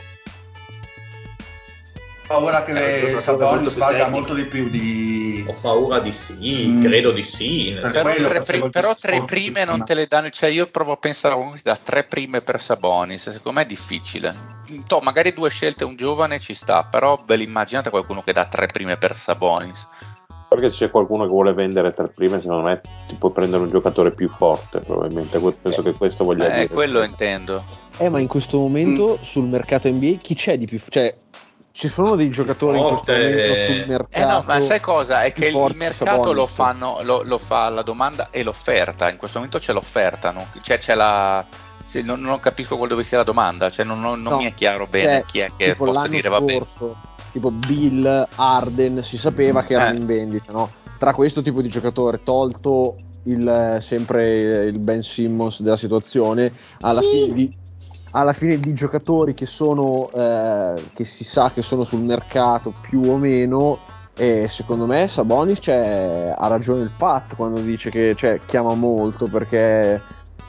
Ho paura che Sabonis valga molto di più di... Ho paura di sì, credo di sì. Però 3 prime non te le danno, cioè io provo a pensare da 3 prime per Sabonis, secondo me è difficile. Magari 2 scelte un giovane ci sta, però immaginate qualcuno che dà 3 prime per Sabonis. Perché se c'è qualcuno che vuole vendere 3 prime, secondo me ti può prendere un giocatore più forte, probabilmente. Penso che questo voglia dire. Quello intendo. Ma in questo momento sul mercato NBA chi c'è di più? Cioè, ci sono dei giocatori in questo momento sul mercato. No, ma sai cosa? È che il mercato Sabonis. lo fa la domanda e l'offerta. In questo momento c'è l'offerta, no? Cioè c'è non capisco dove sia la domanda, cioè non mi è chiaro bene chi è che possa dire va bene. Tipo Bill, Harden, si sapeva che erano in vendita, no? Tra questo tipo di giocatore, tolto sempre il Ben Simmons della situazione, alla fine di giocatori che sono che si sa che sono sul mercato più o meno, secondo me Sabonis ha ragione il Pat quando dice che chiama molto, perché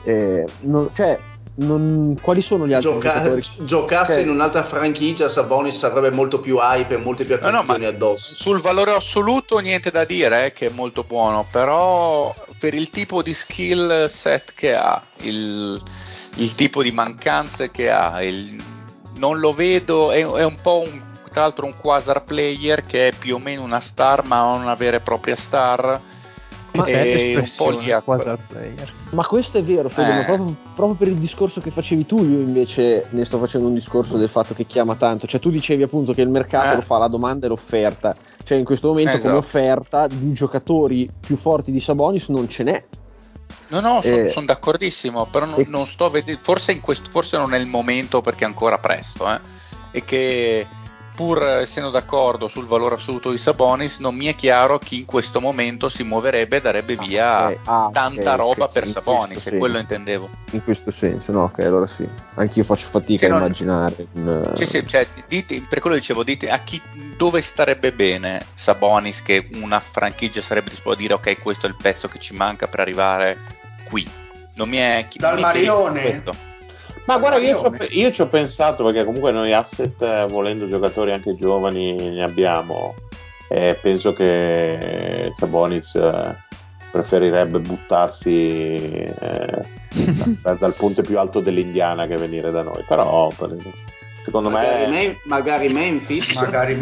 quali sono gli altri giocatori? Giocasse in un'altra franchigia, Sabonis avrebbe molto più hype e molte più attenzioni addosso. Sul valore assoluto niente da dire, che è molto buono, però per il tipo di skill set che ha, il tipo di mancanze che ha, non lo vedo, è un po' tra l'altro un quasar player che è più o meno una star ma non una vera e propria star. Ma è un po' lì a quasar player. Ma questo è vero, Fede, ma proprio per il discorso che facevi tu, io invece ne sto facendo un discorso del fatto che chiama tanto. Cioè tu dicevi appunto che il mercato lo fa la domanda e l'offerta, cioè in questo momento come offerta di giocatori più forti di Sabonis non ce n'è. No, sono d'accordissimo, però non sto vedendo, forse non è il momento perché è ancora presto, e che pur essendo d'accordo sul valore assoluto di Sabonis, non mi è chiaro chi in questo momento si muoverebbe e darebbe via tanta roba per Sabonis, e quello intendevo. In questo senso, no, ok, allora sì. Anch'io faccio fatica a immaginare. Sì, cioè, per quello dicevo, dite a dove starebbe bene Sabonis, che una franchigia sarebbe disposta a dire ok, questo è il pezzo che ci manca per arrivare qui. Non mi è dal Marione. Ma guarda, io ci ho pensato, perché comunque noi asset, volendo giocatori anche giovani, ne abbiamo. Penso che Sabonis preferirebbe buttarsi dal punto più alto dell'Indiana che venire da noi. Però secondo me magari Memphis.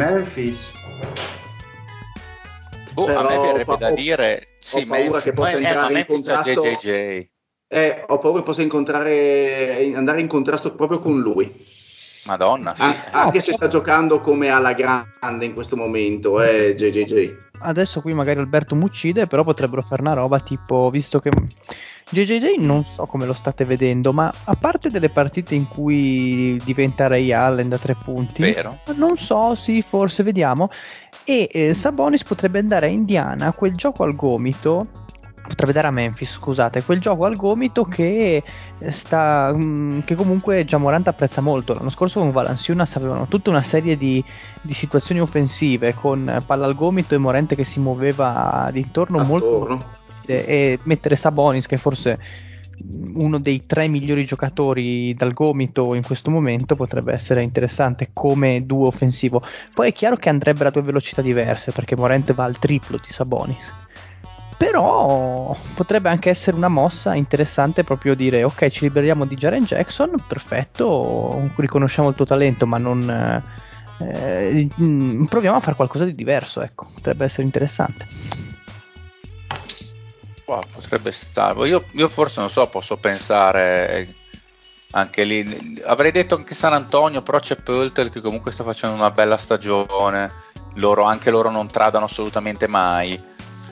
A me verrebbe da dire ho paura che possa entrare in contrasto. JJJ. Ho paura che possa andare in contrasto proprio con lui. Madonna, sì. Anche se sta giocando come alla grande in questo momento, JJJ. Adesso qui magari Alberto m'uccide, però potrebbero fare una roba tipo, visto che JJJ non so come lo state vedendo, ma a parte delle partite in cui diventa Ray Allen da 3 punti, vero? Non so, sì, forse vediamo. E Sabonis potrebbe andare a Indiana, quel gioco al gomito. Potrebbe dare a Memphis, scusate, quel gioco al gomito che che comunque Ja Morant apprezza molto. L'anno scorso con Valanciunas avevano tutta una serie di situazioni offensive con palla al gomito e Morant che si muoveva d'intorno molto, e mettere Sabonis, che forse uno dei 3 migliori giocatori dal gomito in questo momento, potrebbe essere interessante come duo offensivo. Poi è chiaro che andrebbero a 2 velocità diverse, perché Morant va al triplo di Sabonis. Però potrebbe anche essere una mossa interessante, proprio dire ok, ci liberiamo di Jaren Jackson, perfetto, riconosciamo il tuo talento, ma non proviamo a fare qualcosa di diverso, ecco, potrebbe essere interessante. Potrebbe stare. Io forse non so, posso pensare anche lì, avrei detto anche San Antonio, però c'è Pöltl che comunque sta facendo una bella stagione, anche loro non tradano assolutamente mai.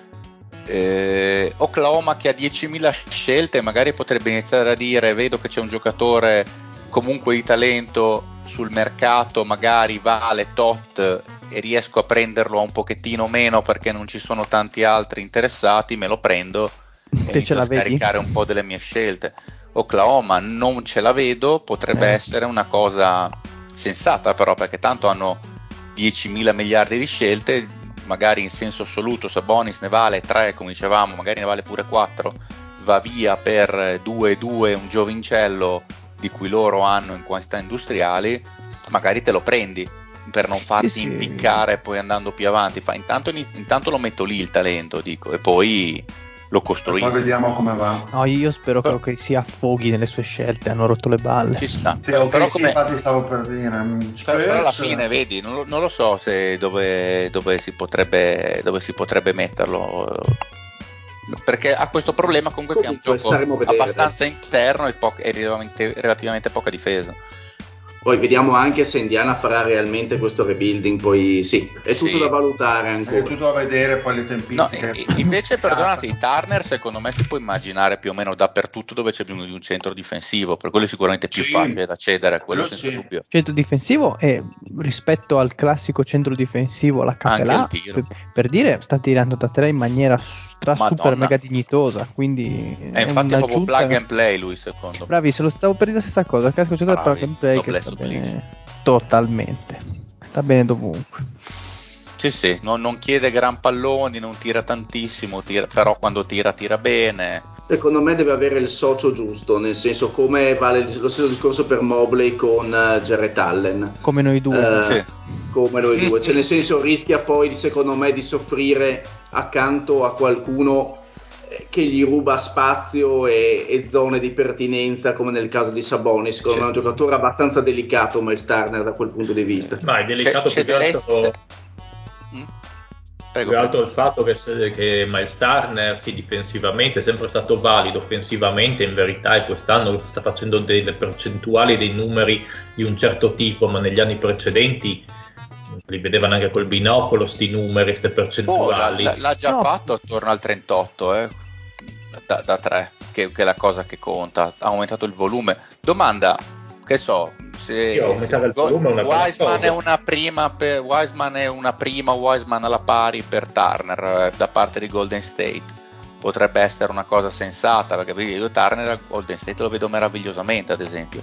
Oklahoma che ha 10.000 scelte, magari potrebbe iniziare a dire vedo che c'è un giocatore comunque di talento sul mercato, magari vale tot e riesco a prenderlo a un pochettino meno perché non ci sono tanti altri interessati, me lo prendo e inizio a scaricare un po' delle mie scelte. Oklahoma non ce la vedo, potrebbe essere una cosa sensata, però, perché tanto hanno 10.000 miliardi di scelte. Magari in senso assoluto Sabonis ne vale 3, come dicevamo, magari ne vale pure 4, va via per 2-2 un giovincello di cui loro hanno in quantità industriali, magari te lo prendi per non farti impiccare poi andando più avanti. Intanto lo metto lì il talento, dico, e poi lo costruisco. Poi vediamo come va. No, io spero che si affoghi nelle sue scelte, hanno rotto le balle. Ci sta. Sì, però infatti stavo per dire. Però alla fine, vedi, non lo so se dove si potrebbe metterlo. Perché ha questo problema comunque che è un gioco abbastanza interno e relativamente poca difesa. Poi vediamo anche se Indiana farà realmente questo rebuilding, poi sì, è tutto da valutare ancora. È tutto da vedere, poi le tempistiche. No, invece, perdonate, i Turner secondo me si può immaginare più o meno dappertutto dove c'è bisogno di un centro difensivo, per quello è sicuramente più facile da cedere, quello senza dubbio. Centro difensivo e rispetto al classico centro difensivo, la Capelà, per dire, sta tirando da 3 in maniera super mega dignitosa, quindi è infatti proprio plug and play lui, secondo me. Bravi, se lo stavo per dire la stessa cosa, il classico centro plug and play che sta bene totalmente, sta bene dovunque. Sì, non chiede gran palloni, non tira tantissimo, però quando tira bene. Secondo me deve avere il socio giusto, nel senso, come vale lo stesso discorso per Mobley con Jarrett Allen. Come noi due. Come noi due, cioè nel senso rischia poi secondo me di soffrire accanto a qualcuno che gli ruba spazio e zone di pertinenza, come nel caso di Sabonis. Secondo me è un giocatore abbastanza delicato, Miles Turner, da quel punto di vista. Ma è delicato più che altro il fatto che Miles Turner difensivamente è sempre stato valido, offensivamente in verità è quest'anno che sta facendo delle percentuali, dei numeri di un certo tipo, ma negli anni precedenti li vedevano anche col binocolo sti numeri, queste percentuali. L'ha già fatto attorno al 38 da 3, che è la cosa che conta, ha aumentato il volume. Domanda, che so, se Wiseman è una prima Wiseman alla pari per Turner da parte di Golden State potrebbe essere una cosa sensata, perché io Turner a Golden State lo vedo meravigliosamente, ad esempio.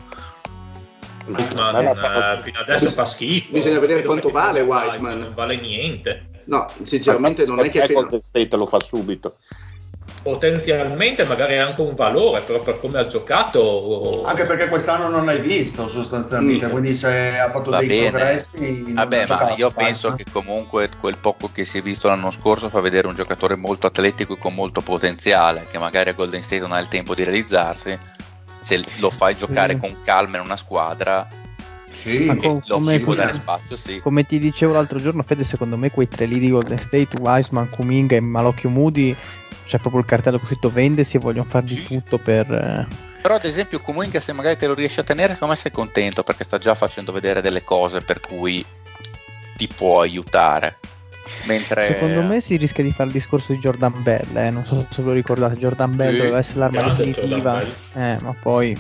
Wiseman fino adesso fa schifo, bisogna vedere quanto vale Wiseman. Non vale niente, no, sinceramente non è che Golden State lo fa subito. Potenzialmente magari anche un valore, però per come ha giocato, anche perché quest'anno non l'hai visto sostanzialmente, quindi se ha fatto progressi ma io penso che comunque quel poco che si è visto l'anno scorso fa vedere un giocatore molto atletico e con molto potenziale, che magari a Golden State non ha il tempo di realizzarsi. Se lo fai giocare con calma in una squadra, lo può dare spazio, come ti dicevo l'altro giorno, Fede, secondo me quei 3 lì di Golden State, Wiseman, Kuminga e Malocchio Moody, c'è proprio il cartello con scritto vendesi e vogliono far di tutto per... Però ad esempio Kuminga, se magari te lo riesci a tenere, secondo me sei contento, perché sta già facendo vedere delle cose per cui ti può aiutare. Mentre secondo me si rischia di fare il discorso di Jordan Bell, non so se lo ricordate, Jordan Bell doveva essere l'arma definitiva, ma poi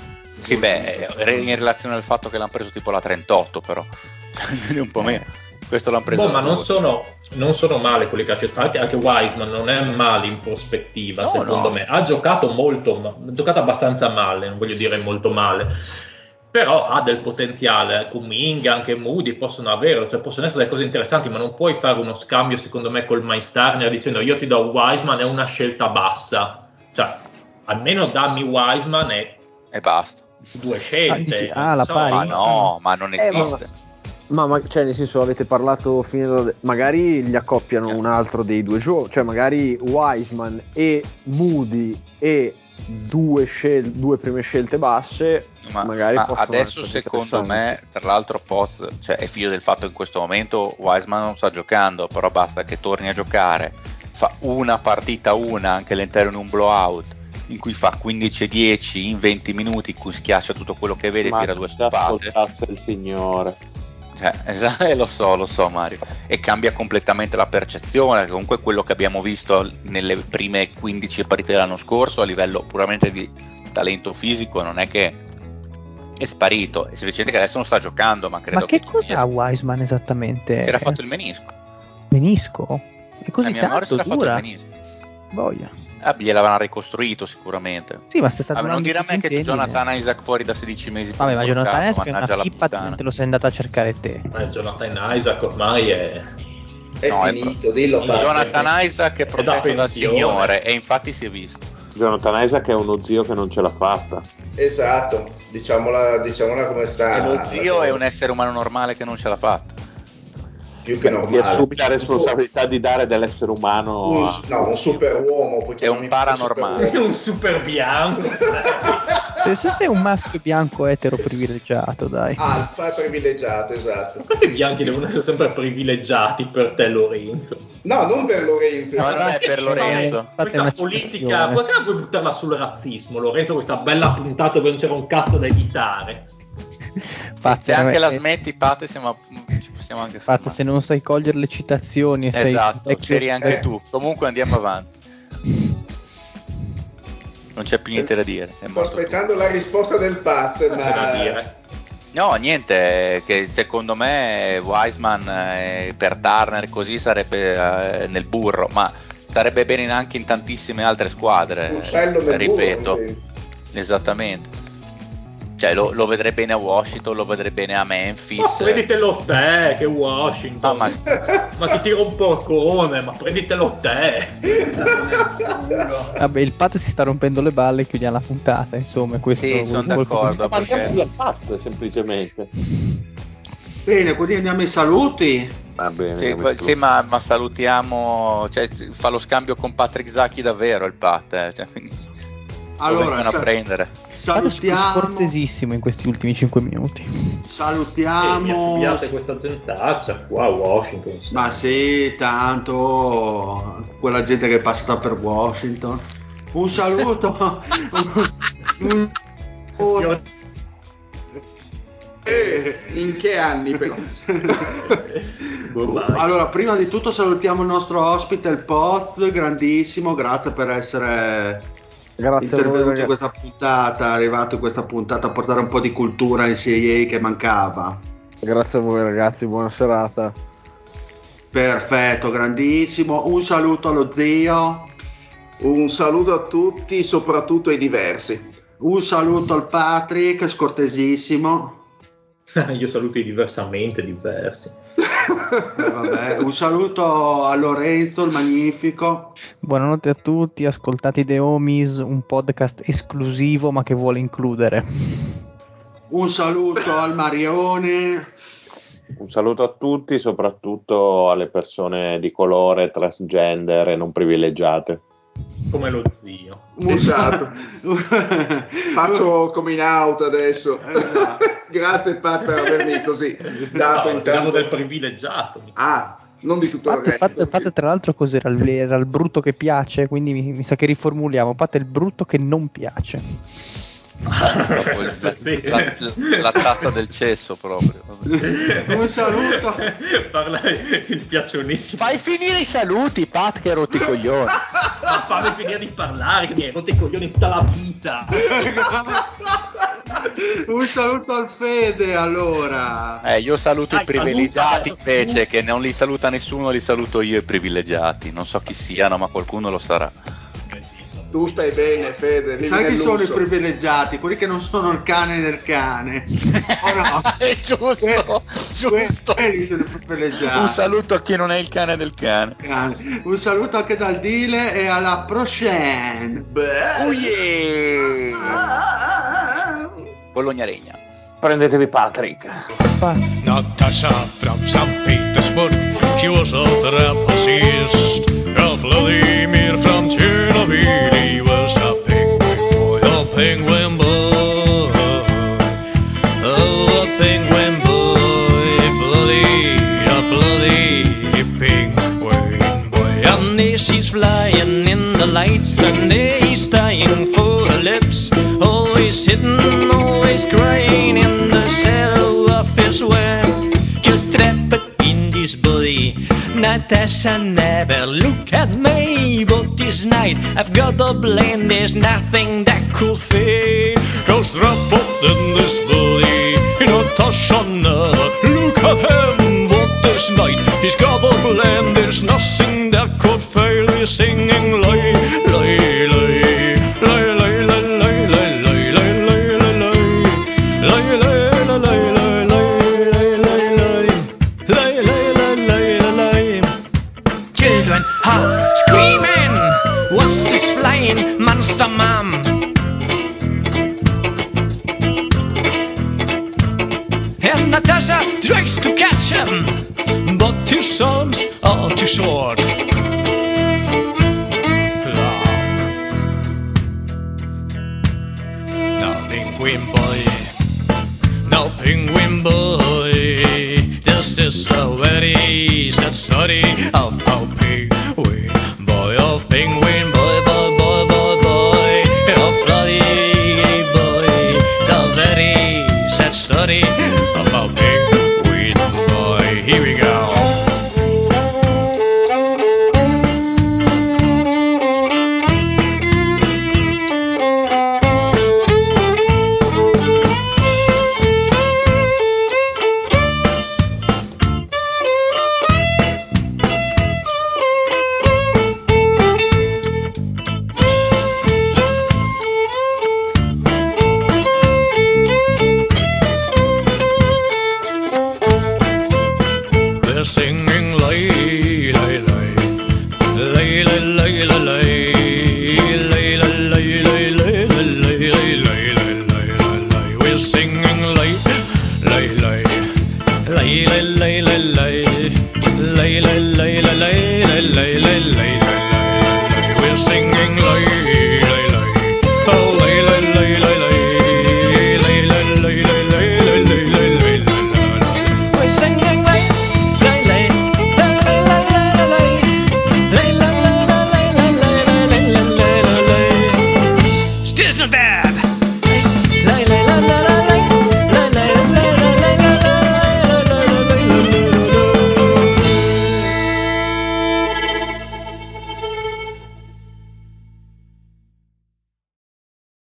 in relazione al fatto che l'hanno preso tipo la 38, però un po' meno. Questo l'hanno preso. Ma non sono male quelli che ha scelto, anche Wiseman non è male in prospettiva, secondo me. Ha giocato abbastanza male, non voglio dire molto male, però ha del potenziale. Kuminga, anche Moody possono avere, cioè possono essere delle cose interessanti, ma non puoi fare uno scambio, secondo me, col Miles Turner dicendo io ti do Wiseman, è una scelta bassa. Cioè, almeno dammi Wiseman e basta. 2 scelte. La pari? Ma non esiste. Ma cioè, nel senso, avete parlato magari gli accoppiano un altro dei due giochi, cioè magari Wiseman e Moody e due prime scelte basse, magari adesso secondo me, tra l'altro Poz è figlio del fatto che in questo momento Wiseman non sta giocando, però basta che torni a giocare, fa una partita anche all'interno di un blowout in cui fa 15-10 in 20 minuti, in cui schiaccia tutto quello che vede e tira 2 stupate. Il signore. Lo so Mario, e cambia completamente la percezione. Comunque quello che abbiamo visto nelle prime 15 partite dell'anno scorso a livello puramente di talento fisico non è che è sparito, è semplicemente che adesso non sta giocando. Ma che cosa ha Wiseman esattamente? Si era fatto il menisco? E così tanto dura? Fatto il menisco. Boia. Gliel'avranno ricostruito sicuramente. Sì, ma se sta non dire a me che c'è Jonathan Isaac fuori da 16 mesi. Vabbè, ma Jonathan Isaac è una pippa, te lo sei andato a cercare te. Jonathan Isaac ormai è finito, dillo. Jonathan Isaac è protetto dal Signore e infatti si è visto. Jonathan Isaac è uno zio che non ce l'ha fatta. Esatto, diciamola come sta. E lo zio è un essere umano normale che non ce l'ha fatta. Più che normale. Ti assumi la responsabilità di dare dell'essere umano un super uomo, è un paranormale, è un super bianco. Se sei un maschio bianco etero privilegiato, dai. Alfa privilegiato, esatto. Perché i bianchi devono essere sempre privilegiati per te, Lorenzo? No, non per Lorenzo. No, non è per Lorenzo. Questa politica, perché vuoi buttarla sul razzismo, Lorenzo? Questa bella puntata dove non c'era un cazzo da editare. Pat, se anche la smetti, Pat, ci possiamo anche fare. Pat, se non sai cogliere le citazioni, esatto, c'eri anche tu. Comunque andiamo avanti. Non c'è più niente da dire. Sto aspettando la risposta del Pat, ma... No, niente, che secondo me Wiseman per Turner così sarebbe nel burro, ma starebbe bene anche in tantissime altre squadre. Uccello nel ripeto, burro, sì. Esattamente. Cioè lo vedrei bene a Washington, lo vedrei bene a Memphis. Ma prenditelo te, che Washington. Ma ti tiro un porcone, ma prenditelo te. Vabbè, il Pat si sta rompendo le balle e chiudiamo la puntata, insomma. Questo sì, sono d'accordo. Ma andiamo via il Pat, semplicemente. Bene, quindi andiamo ai saluti. Va bene. Sì, ma salutiamo, cioè, fa lo scambio con Patrick Zacchi davvero il Pat. Cioè, allora, a prendere. Salutiamo. Cortesissimo in questi ultimi 5 minuti. Salutiamo. Mi affidiate questa gentaccia qua a Washington. Ma sì, tanto quella gente che è passata per Washington. Un saluto. In che anni però? Allora, prima di tutto salutiamo il nostro ospite, il Poz, grandissimo, grazie per essere intervenuto in questa puntata, arrivato in questa puntata a portare un po' di cultura in CIA che mancava. Grazie a voi ragazzi, buona serata. Perfetto, grandissimo. Un saluto allo zio. Un saluto a tutti, soprattutto ai diversi. Un saluto al Patrick, scortesissimo. Io saluto i diversamente diversi. Vabbè. Un saluto a Lorenzo, il magnifico. Buonanotte a tutti, ascoltate The Homies, un podcast esclusivo ma che vuole includere. Un saluto al Marione. Un saluto a tutti, soprattutto alle persone di colore, transgender e non privilegiate. Come lo zio. Esatto. Faccio coming out adesso. Esatto. Grazie Pat per avermi così dato intanto del privilegiato. Non di tutto il resto. Pat, tra l'altro cos'era? Era il brutto che piace, quindi mi sa che riformuliamo. Pat è il brutto che non piace. La tazza del cesso proprio. Un saluto. Parla il piaccionissimo. Fai finire i saluti, Pat, che rotti i coglioni. Ma fammi finire di parlare, che mi hai rotto i coglioni tutta la vita. Un saluto al Fede, allora. Io saluto i privilegiati invece, che non li saluta nessuno, li saluto io i privilegiati. Non so chi siano, ma qualcuno lo sarà. Tu stai bene, Fede. Sai chi sono i privilegiati? Quelli che non sono il cane del cane. Oh no. È giusto. Quelli sono i privilegiati. Un saluto a chi non è il cane del cane. Un saluto anche dal Dile e alla prochaine. Oh yeah. Bologna regna. Prendetevi Patrick. Natasha from St. Petersburg, she was a trapezist. Vladimir from Chernobyl, he was a penguin boy, a penguin boy. Oh, a penguin boy, a bloody penguin boy. And there she's flying in the lights, and there he's dying for her lips. Always hidden, always crying in the shadow of his web. Just trapped in this body. Natasha, never look at me, but this night I've got a blame, there's nothing that could fade. 'Cause trapped in this body.